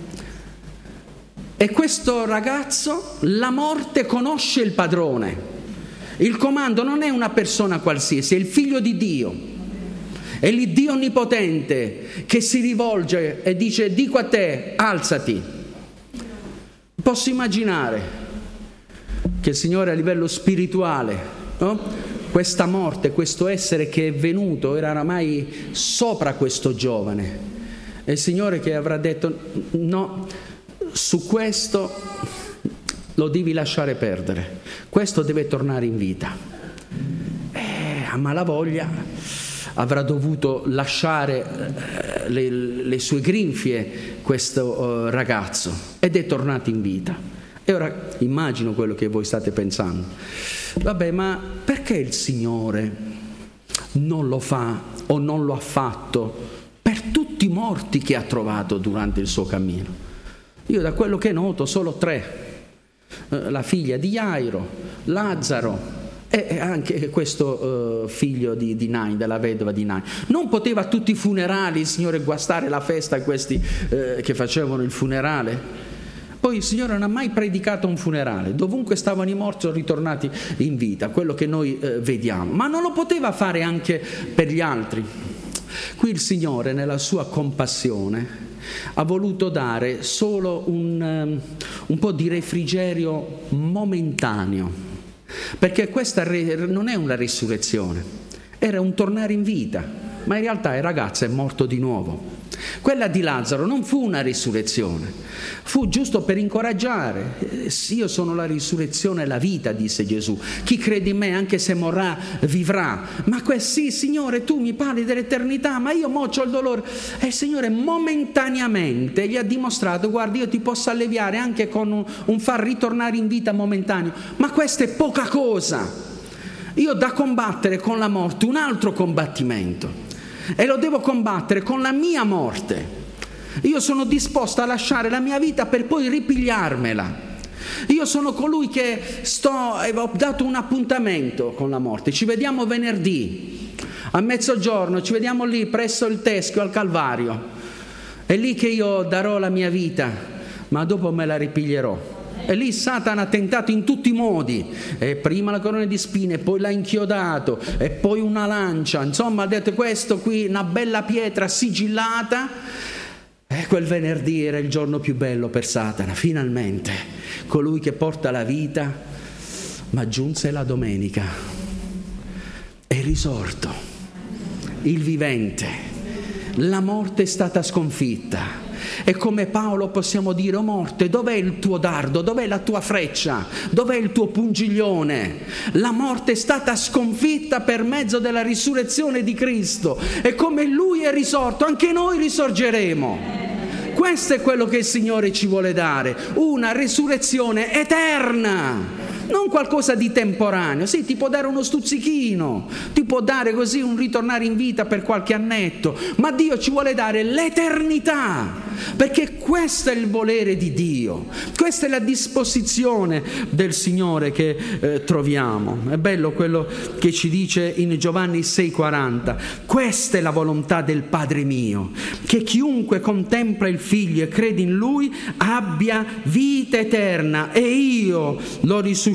E questo ragazzo, la morte conosce il padrone. Il comando non è una persona qualsiasi, è il figlio di Dio. È l'Iddio onnipotente che si rivolge e dice: dico a te, alzati. Posso immaginare che il Signore a livello spirituale, no? Questa morte, questo essere che è venuto, era oramai sopra questo giovane. E il Signore che avrà detto: no, su questo lo devi lasciare perdere, questo deve tornare in vita. A malavoglia avrà dovuto lasciare le sue grinfie questo ragazzo ed è tornato in vita. E ora immagino quello che voi state pensando: vabbè, ma perché il Signore non lo fa o non lo ha fatto per tutti i morti che ha trovato durante il suo cammino? Io da quello che noto solo 3: la figlia di Jairo, Lazzaro e anche questo figlio di Nain, della vedova di Nain. Non poteva a tutti i funerali il Signore guastare la festa a questi che facevano il funerale? Poi il Signore non ha mai predicato un funerale, dovunque stavano i morti sono ritornati in vita, quello che noi vediamo. Ma non lo poteva fare anche per gli altri. Qui il Signore, nella sua compassione, ha voluto dare solo un po' di refrigerio momentaneo. Perché questa non è una risurrezione, era un tornare in vita, ma in realtà il ragazzo è morto di nuovo. Quella di Lazzaro non fu una risurrezione, fu giusto per incoraggiare. Io sono la risurrezione e la vita, disse Gesù. Chi crede in me, anche se morrà, vivrà. Ma sì, Signore, tu mi parli dell'eternità, ma io mo c'ho il dolore. E il Signore momentaneamente gli ha dimostrato: guarda, io ti posso alleviare anche con un far ritornare in vita momentaneo, ma questa è poca cosa. Io ho da combattere con la morte un altro combattimento. E lo devo combattere con la mia morte. Io sono disposto a lasciare la mia vita per poi ripigliarmela. Io sono colui che ho dato un appuntamento con la morte. Ci vediamo venerdì a mezzogiorno, ci vediamo lì presso il teschio al Calvario. È lì che io darò la mia vita, ma dopo me la ripiglierò. E lì Satana ha tentato in tutti i modi, e prima la corona di spine, poi l'ha inchiodato, e poi una lancia, insomma ha detto: questo qui, una bella pietra sigillata. E quel venerdì era il giorno più bello per Satana, finalmente, colui che porta la vita. Ma giunse la domenica, è risorto, il vivente, la morte è stata sconfitta. E come Paolo possiamo dire: o morte, dov'è il tuo dardo? Dov'è la tua freccia? Dov'è il tuo pungiglione? La morte è stata sconfitta per mezzo della risurrezione di Cristo, e come Lui è risorto, anche noi risorgeremo. Questo è quello che il Signore ci vuole dare, una risurrezione eterna. Non qualcosa di temporaneo. Sì, ti può dare uno stuzzichino, ti può dare così un ritornare in vita per qualche annetto, ma Dio ci vuole dare l'eternità, perché questo è il volere di Dio, questa è la disposizione del Signore che troviamo. È bello quello che ci dice in Giovanni 6,40: questa è la volontà del Padre mio, che chiunque contempla il Figlio e crede in Lui abbia vita eterna, e io lo risusciterò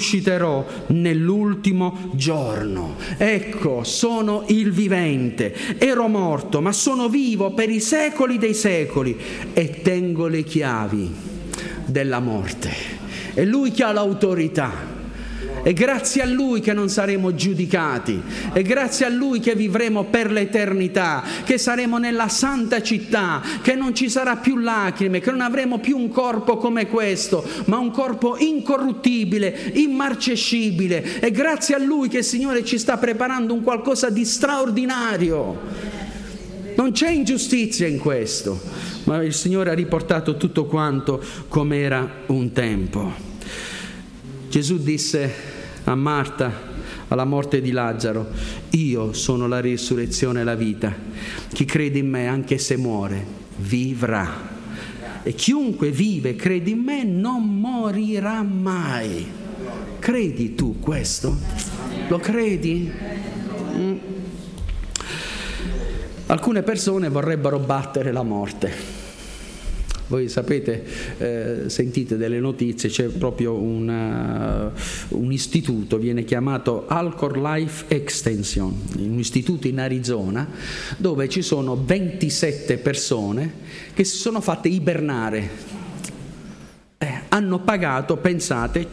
nell'ultimo giorno. Ecco, sono il vivente, ero morto ma sono vivo per i secoli dei secoli e tengo le chiavi della morte. È Lui che ha l'autorità. È grazie a Lui che non saremo giudicati, è grazie a Lui che vivremo per l'eternità, che saremo nella santa città, che non ci sarà più lacrime, che non avremo più un corpo come questo, ma un corpo incorruttibile, immarcescibile. È grazie a Lui che il Signore ci sta preparando un qualcosa di straordinario. Non c'è ingiustizia in questo, ma il Signore ha riportato tutto quanto come era un tempo. Gesù disse a Marta alla morte di Lazzaro: io sono la risurrezione e la vita, chi crede in me anche se muore vivrà, e chiunque vive e crede in me non morirà mai. Credi tu questo? Lo credi? Alcune persone vorrebbero battere la morte. Voi sapete, sentite delle notizie, c'è proprio un istituto, viene chiamato Alcor Life Extension, un istituto in Arizona, dove ci sono 27 persone che si sono fatte ibernare. Hanno pagato, pensate,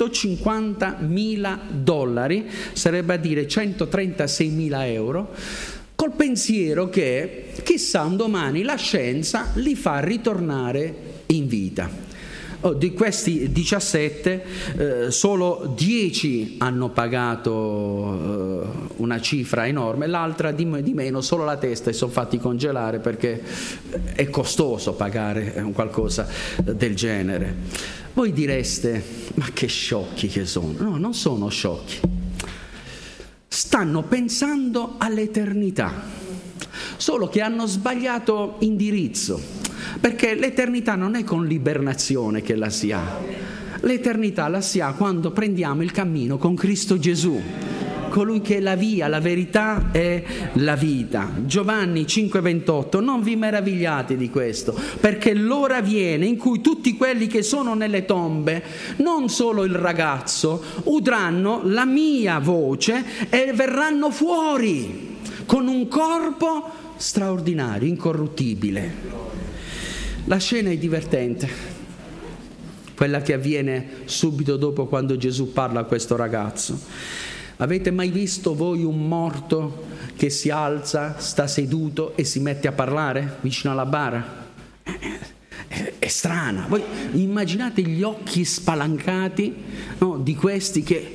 $150.000, sarebbe a dire 136.000 euro, col pensiero che chissà un domani la scienza li fa ritornare in vita. Di questi 17 solo 10 hanno pagato una cifra enorme, l'altra di meno, solo la testa, e sono fatti congelare perché è costoso pagare qualcosa del genere. Voi direste: ma che sciocchi che sono. No, non sono sciocchi, stanno pensando all'eternità, solo che hanno sbagliato indirizzo, perché l'eternità non è con l'ibernazione che la si ha, l'eternità la si ha quando prendiamo il cammino con Cristo Gesù, colui che è la via, la verità e la vita. Giovanni 5,28: non vi meravigliate di questo, perché l'ora viene in cui tutti quelli che sono nelle tombe, non solo il ragazzo, udranno la mia voce e verranno fuori con un corpo straordinario, incorruttibile. La scena è divertente, quella che avviene subito dopo, quando Gesù parla a questo ragazzo. Avete mai visto voi un morto che si alza, sta seduto e si mette a parlare vicino alla bara? È strana. Voi immaginate gli occhi spalancati, no, di questi che...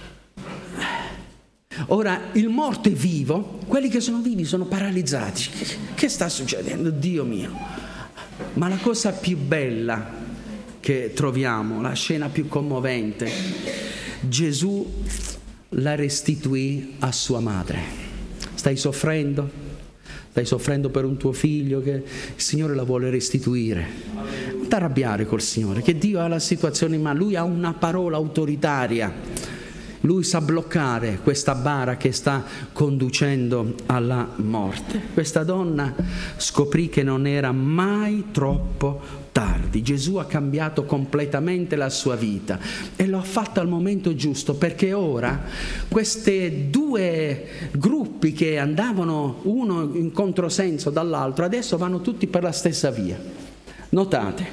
Ora il morto è vivo, quelli che sono vivi sono paralizzati. Che sta succedendo? Dio mio! Ma la cosa più bella che troviamo, la scena più commovente, Gesù la restituì a sua madre. Stai soffrendo? Stai soffrendo per un tuo figlio che il Signore la vuole restituire. Non ti arrabbiare col Signore, che Dio ha la situazione in mano, Lui ha una parola autoritaria. Lui sa bloccare questa bara che sta conducendo alla morte. Questa donna scoprì che non era mai troppo tardi. Gesù ha cambiato completamente la sua vita e lo ha fatto al momento giusto, perché ora questi due gruppi che andavano uno in controsenso dall'altro adesso vanno tutti per la stessa via. Notate,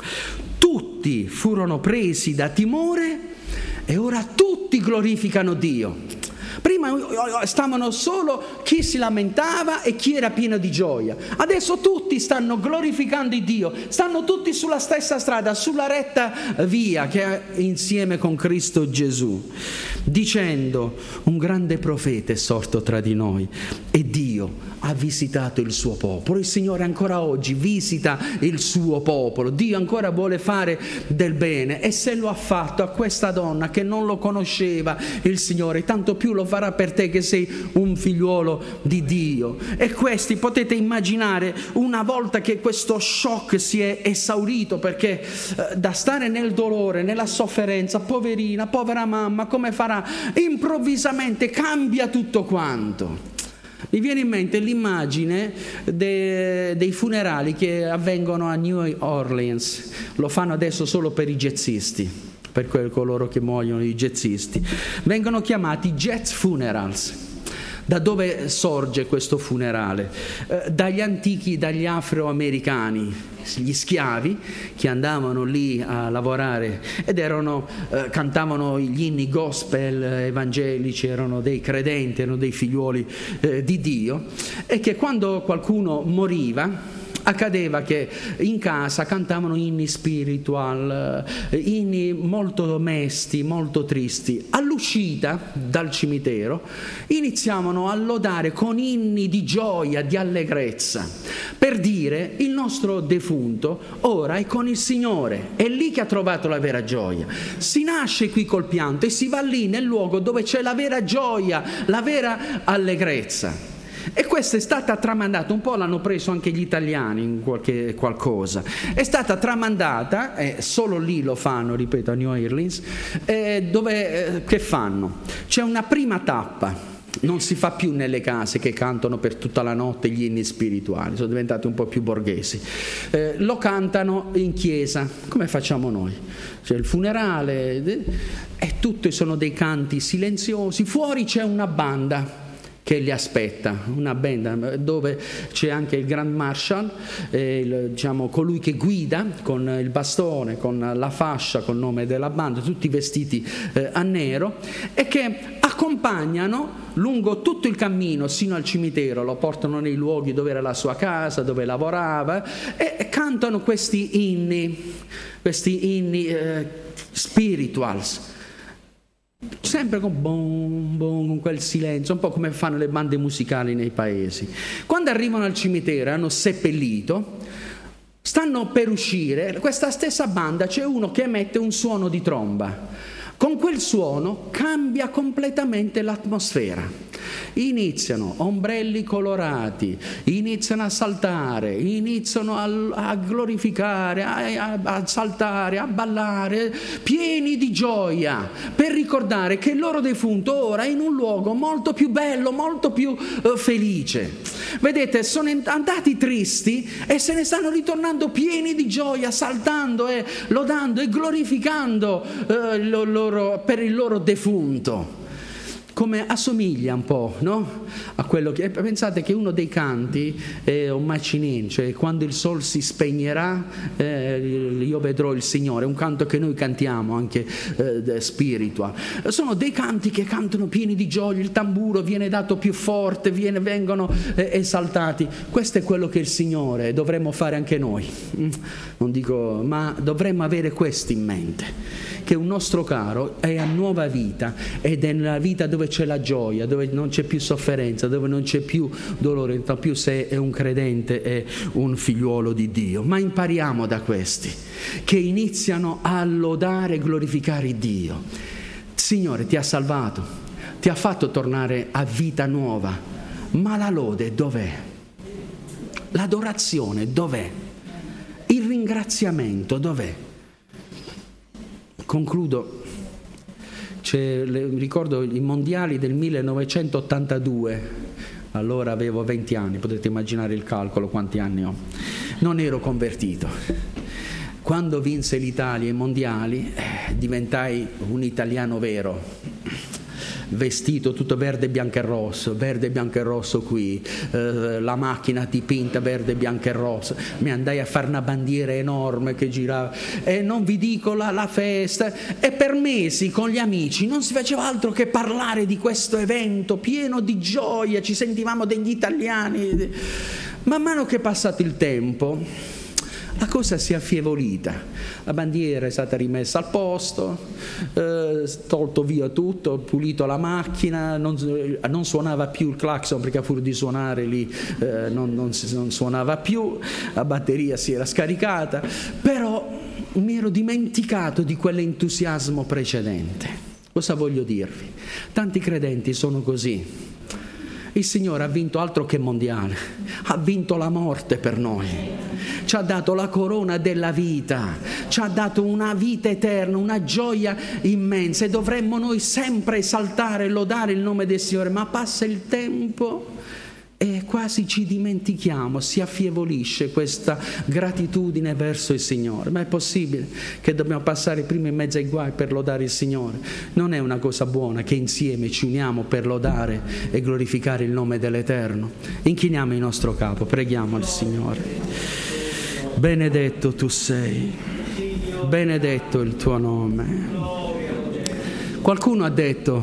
tutti furono presi da timore e ora tutti glorificano Dio. Prima stavano solo chi si lamentava e chi era pieno di gioia. Adesso tutti stanno glorificando Dio, stanno tutti sulla stessa strada, sulla retta via che è insieme con Cristo Gesù, dicendo: un grande profeta è sorto tra di noi e Dio ha visitato il suo popolo. Il Signore ancora oggi visita il suo popolo. Dio ancora vuole fare del bene, e se lo ha fatto a questa donna che non lo conosceva il Signore, tanto più lo farà per te che sei un figliuolo di Dio. E questi, potete immaginare, una volta che questo shock si è esaurito, perché da stare nel dolore, nella sofferenza, poverina, povera mamma, come farà? Improvvisamente cambia tutto quanto. Mi viene in mente l'immagine dei funerali che avvengono a New Orleans. Lo fanno adesso solo per i jazzisti, per coloro che muoiono, i jazzisti. Vengono chiamati jazz funerals. Da dove sorge questo funerale? Dagli antichi, dagli afroamericani, gli schiavi che andavano lì a lavorare ed cantavano gli inni gospel evangelici, erano dei credenti, erano dei figliuoli di Dio, e che quando qualcuno moriva Accadeva che in casa cantavano inni spiritual, inni molto mesti, molto tristi. All'uscita dal cimitero iniziavano a lodare con inni di gioia, di allegrezza, per dire: il nostro defunto ora è con il Signore, è lì che ha trovato la vera gioia. Si nasce qui col pianto e si va lì nel luogo dove c'è la vera gioia, la vera allegrezza. E questa è stata tramandata, un po' l'hanno preso anche gli italiani in qualcosa, è stata tramandata, solo lì lo fanno, ripeto, a New Orleans, che fanno? C'è una prima tappa. Non si fa più nelle case che cantano per tutta la notte gli inni spirituali, sono diventati un po' più borghesi. Lo cantano in chiesa, come facciamo noi. C'è il funerale e tutti sono dei canti silenziosi. Fuori c'è una banda che li aspetta, una band dove c'è anche il Grand Marshal, colui che guida con il bastone, con la fascia, col nome della banda, tutti vestiti a nero, e che accompagnano lungo tutto il cammino sino al cimitero, lo portano nei luoghi dove era la sua casa, dove lavorava, e cantano questi inni spirituals, sempre con con quel silenzio, un po' come fanno le bande musicali nei paesi. Quando arrivano al cimitero e hanno seppellito, stanno per uscire, questa stessa banda, c'è uno che emette un suono di tromba. Con quel suono cambia completamente l'atmosfera. Iniziano ombrelli colorati, iniziano a saltare, iniziano a glorificare, a saltare, a ballare, pieni di gioia, per ricordare che il loro defunto ora è in un luogo molto più bello, molto più felice. Vedete, sono andati tristi e se ne stanno ritornando pieni di gioia, saltando e lodando e glorificando per il loro defunto. Come assomiglia un po', no? A quello che pensate che uno dei canti è un macinin, cioè quando il sol si spegnerà io vedrò il Signore, un canto che noi cantiamo anche spiritual. Sono dei canti che cantano pieni di gioia, il tamburo viene dato più forte, vengono esaltati. Questo è quello che il Signore dovremmo fare anche noi. Non dico, ma dovremmo avere questo in mente, che un nostro caro è a nuova vita ed è nella vita dove c'è la gioia, dove non c'è più sofferenza, dove non c'è più dolore, non più se è un credente, è un figliuolo di Dio. Ma impariamo da questi che iniziano a lodare e glorificare Dio. Signore ti ha salvato, ti ha fatto tornare a vita nuova, ma la lode dov'è? L'adorazione dov'è? Il ringraziamento dov'è? Concludo. Ricordo i mondiali del 1982, allora avevo 20 anni, potete immaginare il calcolo quanti anni ho. Non ero convertito. Quando vinse l'Italia i mondiali diventai un italiano vero, vestito tutto verde, bianco e rosso qui, la macchina dipinta verde, bianco e rosso. Mi andai a fare una bandiera enorme che girava e non vi dico la festa, e per mesi con gli amici non si faceva altro che parlare di questo evento pieno di gioia, ci sentivamo degli italiani. Man mano che è passato il tempo la cosa si è affievolita, la bandiera è stata rimessa al posto, tolto via tutto, pulito la macchina, non suonava più il clacson perché a furia di suonare lì non suonava più, la batteria si era scaricata, però mi ero dimenticato di quell'entusiasmo precedente. Cosa voglio dirvi? Tanti credenti sono così. Il Signore ha vinto altro che mondiale, ha vinto la morte per noi, ci ha dato la corona della vita, ci ha dato una vita eterna, una gioia immensa, e dovremmo noi sempre esaltare e lodare il nome del Signore, ma passa il tempo e quasi ci dimentichiamo, si affievolisce questa gratitudine verso il Signore. Ma è possibile che dobbiamo passare prima in mezzo ai guai per lodare il Signore? Non è una cosa buona che insieme ci uniamo per lodare e glorificare il nome dell'Eterno? Inchiniamo il nostro capo, preghiamo il Signore. Benedetto tu sei, benedetto il tuo nome. Qualcuno ha detto,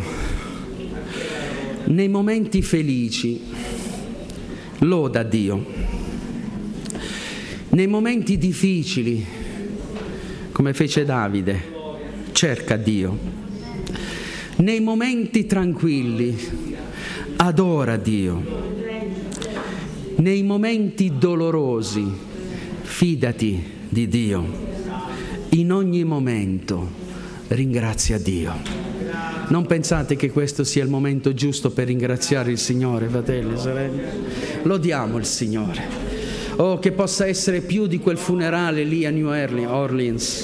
nei momenti felici loda Dio, Nei momenti difficili, come fece Davide, cerca Dio. Nei momenti tranquilli, adora Dio. Nei momenti dolorosi, fidati di Dio. In ogni momento, ringrazia Dio. Non pensate che questo sia il momento giusto per ringraziare il Signore, fratelli e sorelle? Lodiamo il Signore. Oh, che possa essere più di quel funerale lì a New Orleans.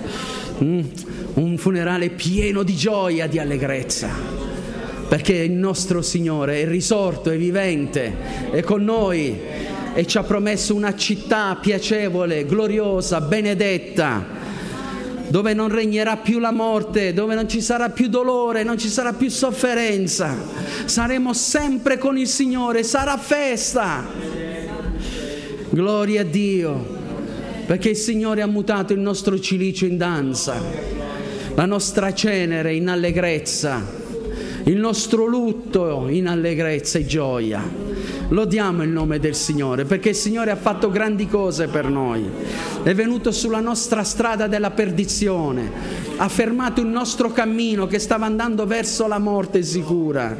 Un funerale pieno di gioia, di allegrezza. Perché il nostro Signore è risorto, è vivente, è con noi e ci ha promesso una città piacevole, gloriosa, benedetta, dove non regnerà più la morte, dove non ci sarà più dolore, non ci sarà più sofferenza. Saremo sempre con il Signore, sarà festa. Gloria a Dio, perché il Signore ha mutato il nostro cilicio in danza, la nostra cenere in allegrezza, il nostro lutto in allegrezza e gioia. Lodiamo il nome del Signore, perché il Signore ha fatto grandi cose per noi. È venuto sulla nostra strada della perdizione, ha fermato il nostro cammino che stava andando verso la morte sicura.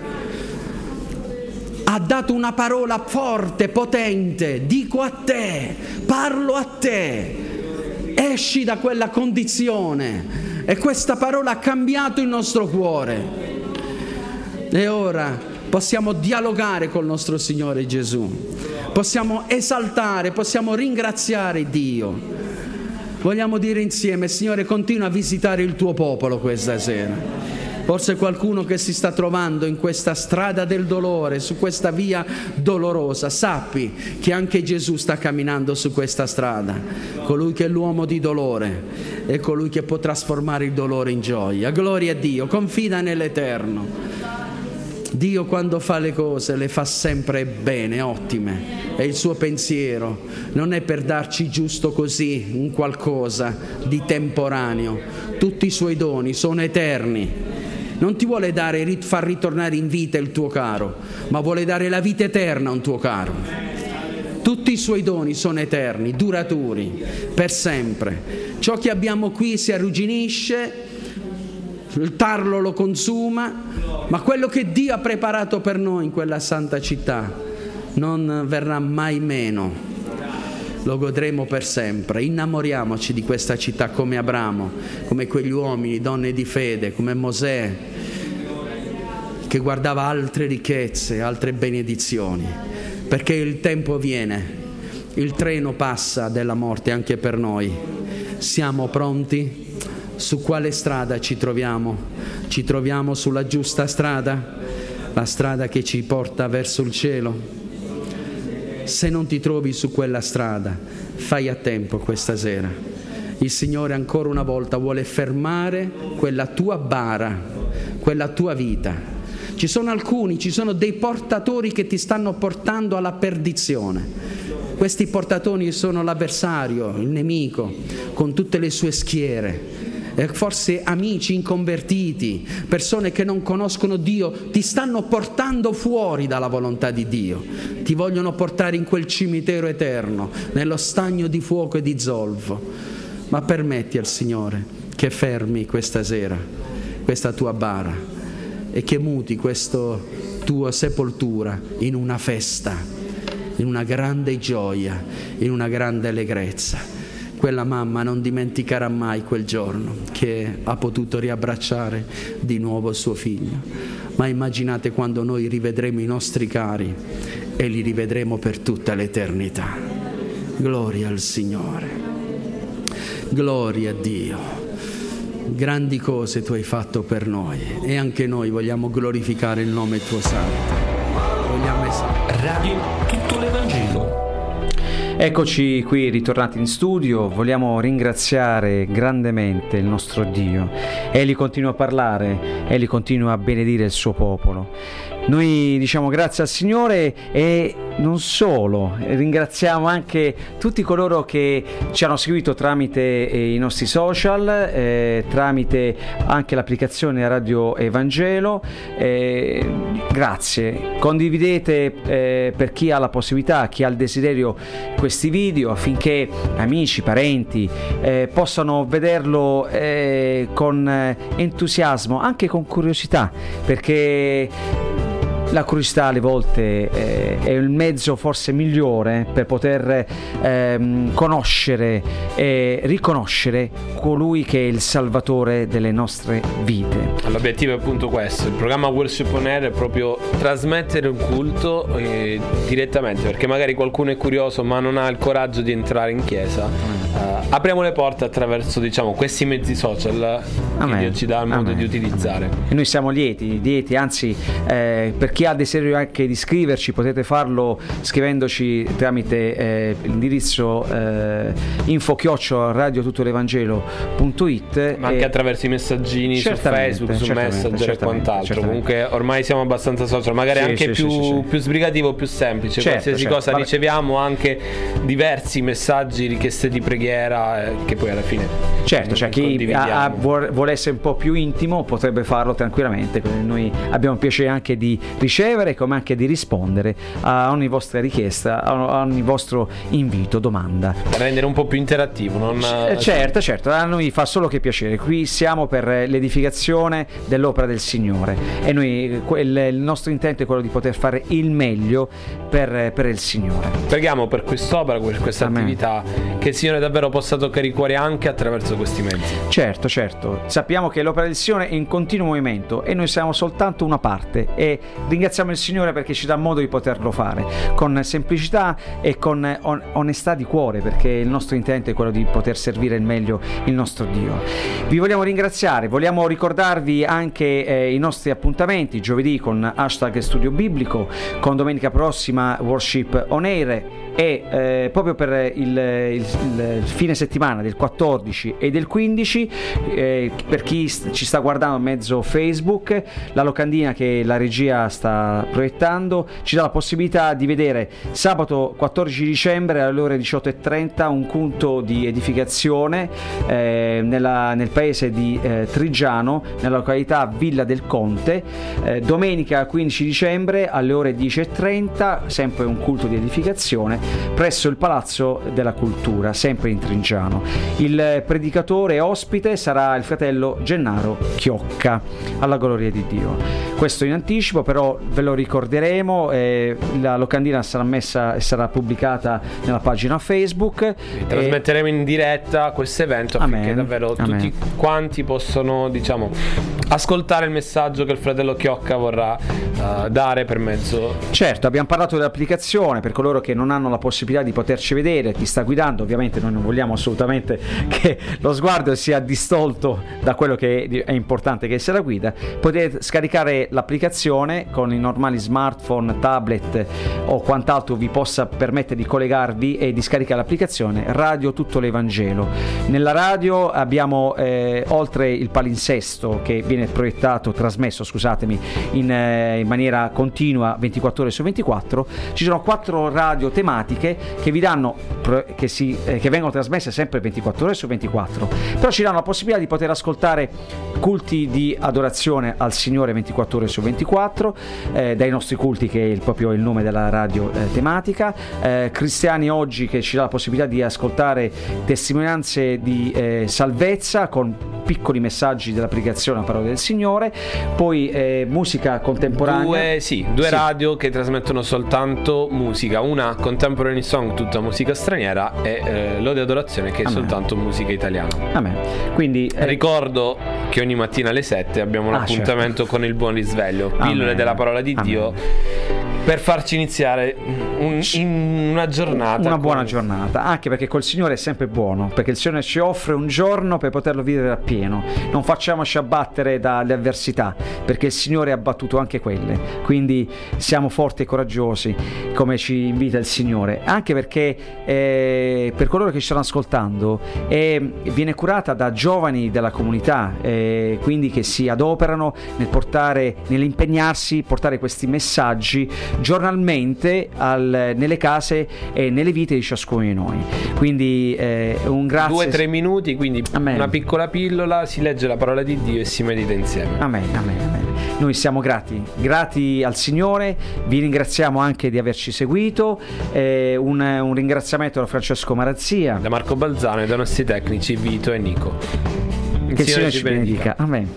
Ha dato una parola forte, potente: dico a te, parlo a te, esci da quella condizione. E questa parola ha cambiato il nostro cuore. E ora possiamo dialogare col nostro Signore Gesù, possiamo esaltare, possiamo ringraziare Dio. Vogliamo dire insieme: Signore, continua a visitare il tuo popolo questa sera. Forse qualcuno che si sta trovando in questa strada del dolore, su questa via dolorosa, sappi che anche Gesù sta camminando su questa strada, colui che è l'uomo di dolore è colui che può trasformare il dolore in gioia. Gloria a Dio, confida nell'Eterno. Dio, quando fa le cose, le fa sempre bene, ottime, e il suo pensiero non è per darci giusto così un qualcosa di temporaneo. Tutti i suoi doni sono eterni. Non ti vuole far ritornare in vita il tuo caro, ma vuole dare la vita eterna a un tuo caro. Tutti i suoi doni sono eterni, duraturi, per sempre. Ciò che abbiamo qui si arrugginisce, il tarlo lo consuma, ma quello che Dio ha preparato per noi in quella santa città non verrà mai meno. Lo godremo per sempre. Innamoriamoci di questa città come Abramo, come quegli uomini, donne di fede, come Mosè, che guardava altre ricchezze, altre benedizioni, perché il tempo viene, il treno passa della morte anche per noi. Siamo pronti? Su quale strada ci troviamo? Ci troviamo sulla giusta strada? La strada che ci porta verso il cielo? Se non ti trovi su quella strada, fai a tempo questa sera. Il Signore ancora una volta vuole fermare quella tua bara, quella tua vita. Ci sono dei portatori che ti stanno portando alla perdizione. Questi portatori sono l'avversario, il nemico, con tutte le sue schiere. Forse amici inconvertiti, persone che non conoscono Dio, ti stanno portando fuori dalla volontà di Dio, ti vogliono portare in quel cimitero eterno, nello stagno di fuoco e di zolfo. Ma permetti al Signore che fermi questa sera questa tua bara e che muti questa tua sepoltura in una festa, in una grande gioia, in una grande allegrezza. Quella mamma non dimenticherà mai quel giorno che ha potuto riabbracciare di nuovo suo figlio. Ma immaginate quando noi rivedremo i nostri cari e li rivedremo per tutta l'eternità. Gloria al Signore. Gloria a Dio. Grandi cose tu hai fatto per noi e anche noi vogliamo glorificare il nome tuo santo. Vogliamo Radio Tutto l'Evangelo. Eccoci qui ritornati in studio, vogliamo ringraziare grandemente il nostro Dio. Egli continua a parlare, Egli continua a benedire il suo popolo. Noi diciamo grazie al Signore e non solo, ringraziamo anche tutti coloro che ci hanno seguito tramite i nostri social, tramite anche l'applicazione Radio Evangelo. Grazie, condividete per chi ha la possibilità, chi ha il desiderio, questi video affinché amici, parenti possano vederlo con entusiasmo, anche con curiosità, perché la curiosità alle volte è il mezzo forse migliore per poter conoscere e riconoscere colui che è il Salvatore delle nostre vite. L'obiettivo è appunto questo. Il programma Worship On Air è proprio trasmettere un culto direttamente, perché magari qualcuno è curioso ma non ha il coraggio di entrare in chiesa. Apriamo le porte attraverso, diciamo, questi mezzi social che Dio ci dà il modo di utilizzare. E noi siamo lieti, anzi, per chi ha desiderio anche di scriverci, potete farlo scrivendoci tramite l'indirizzo info@radiotutolevangelo.it, ma anche attraverso i messaggini su Facebook, su Messenger e quant'altro. Comunque ormai siamo abbastanza social, magari anche più sbrigativo, più semplice. Qualsiasi cosa riceviamo, anche diversi messaggi, richieste di preghiera, che poi alla fine chi vuole essere un po' più intimo potrebbe farlo tranquillamente. Noi abbiamo piacere anche di ricevere, come anche di rispondere a ogni vostra richiesta, a ogni vostro invito, domanda, per rendere un po' più interattivo, non... certo, a noi fa solo che piacere. Qui siamo per l'edificazione dell'opera del Signore e noi il nostro intento è quello di poter fare il meglio per il Signore. Preghiamo per quest'opera, per questa attività, che il Signore davvero possa toccare i cuori anche attraverso questi mezzi. Certo, sappiamo che l'opera del Signore è in continuo movimento e noi siamo soltanto una parte, e ringraziamo il Signore perché ci dà modo di poterlo fare con semplicità e con onestà di cuore, perché il nostro intento è quello di poter servire il meglio il nostro Dio. Vi vogliamo ringraziare, vogliamo ricordarvi anche i nostri appuntamenti: giovedì con #Studio Biblico, con domenica prossima Worship On Air, e proprio per il fine settimana del 14 e del 15, per chi ci sta guardando a mezzo Facebook, la locandina che la regia sta proiettando ci dà la possibilità di vedere sabato 14 dicembre alle ore 18:30 un culto di edificazione nel paese di Trigiano, nella località Villa del Conte. Domenica 15 dicembre alle ore 10:30 sempre un culto di edificazione presso il Palazzo della Cultura, sempre in Trigiano. Il predicatore ospite sarà il fratello Gennaro Chiocca, alla gloria di Dio. Questo in anticipo, però ve lo ricorderemo, la locandina sarà messa e sarà pubblicata nella pagina Facebook. Trasmetteremo in diretta questo evento affinché davvero tutti quanti possono, diciamo, ascoltare il messaggio che il fratello Chiocca vorrà dare per mezzo. Certo, abbiamo parlato dell'applicazione per coloro che non hanno la possibilità di poterci vedere, chi sta guidando. Ovviamente noi non vogliamo assolutamente che lo sguardo sia distolto da quello che è importante, che è la guida. Potete scaricare l'applicazione con i normali smartphone, tablet o quant'altro vi possa permettere di collegarvi e di scaricare l'applicazione Radio Tutto l'Evangelo. Nella radio abbiamo oltre il palinsesto che viene trasmesso in maniera continua 24 ore su 24, ci sono 4 radio tematiche che vi danno che vengono trasmesse sempre 24 ore su 24, però ci danno la possibilità di poter ascoltare culti di adorazione al Signore 24 ore su 24, dai nostri culti, che è proprio il nome della radio tematica, Cristiani Oggi, che ci dà la possibilità di ascoltare testimonianze di salvezza con piccoli messaggi della pregazione, la parola del Signore. Poi musica contemporanea, due radio che trasmettono soltanto musica, una Contemporary Song, tutta musica straniera, e Lode Adorazione, che è soltanto musica italiana. Quindi ricordo che ogni mattina alle 7 abbiamo un appuntamento con il buon risveglio, pillole della parola di Dio, per farci iniziare in una giornata, una buona giornata, anche perché col Signore è sempre buono, perché il Signore ci offre un giorno per poterlo vivere appieno. Non facciamoci abbattere dalle avversità, perché il Signore ha battuto anche quelle, quindi siamo forti e coraggiosi come ci invita il Signore, anche perché per coloro che ci stanno ascoltando viene curata da giovani della comunità, quindi che si adoperano nell'impegnarsi, portare questi messaggi giornalmente nelle case e nelle vite di ciascuno di noi. Quindi un grazie. 2-3 minuti, quindi Amen. Una piccola pillola, si legge la parola di Dio e si medita insieme. Amen, amen, amen. Noi siamo grati al Signore, vi ringraziamo anche di averci seguito, un ringraziamento da Francesco Marazzia, Da Marco Balzano e dai nostri tecnici Vito e Nico. che il Signore ci benedica. Amen.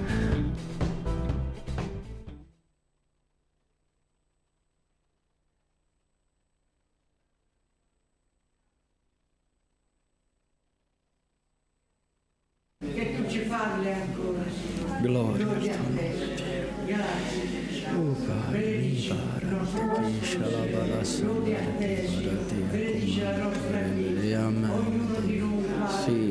Gloria al tuo nome. Oh Padre, mi para, ti shalabala sandra, ti para, ti accomanda, amen. Sì.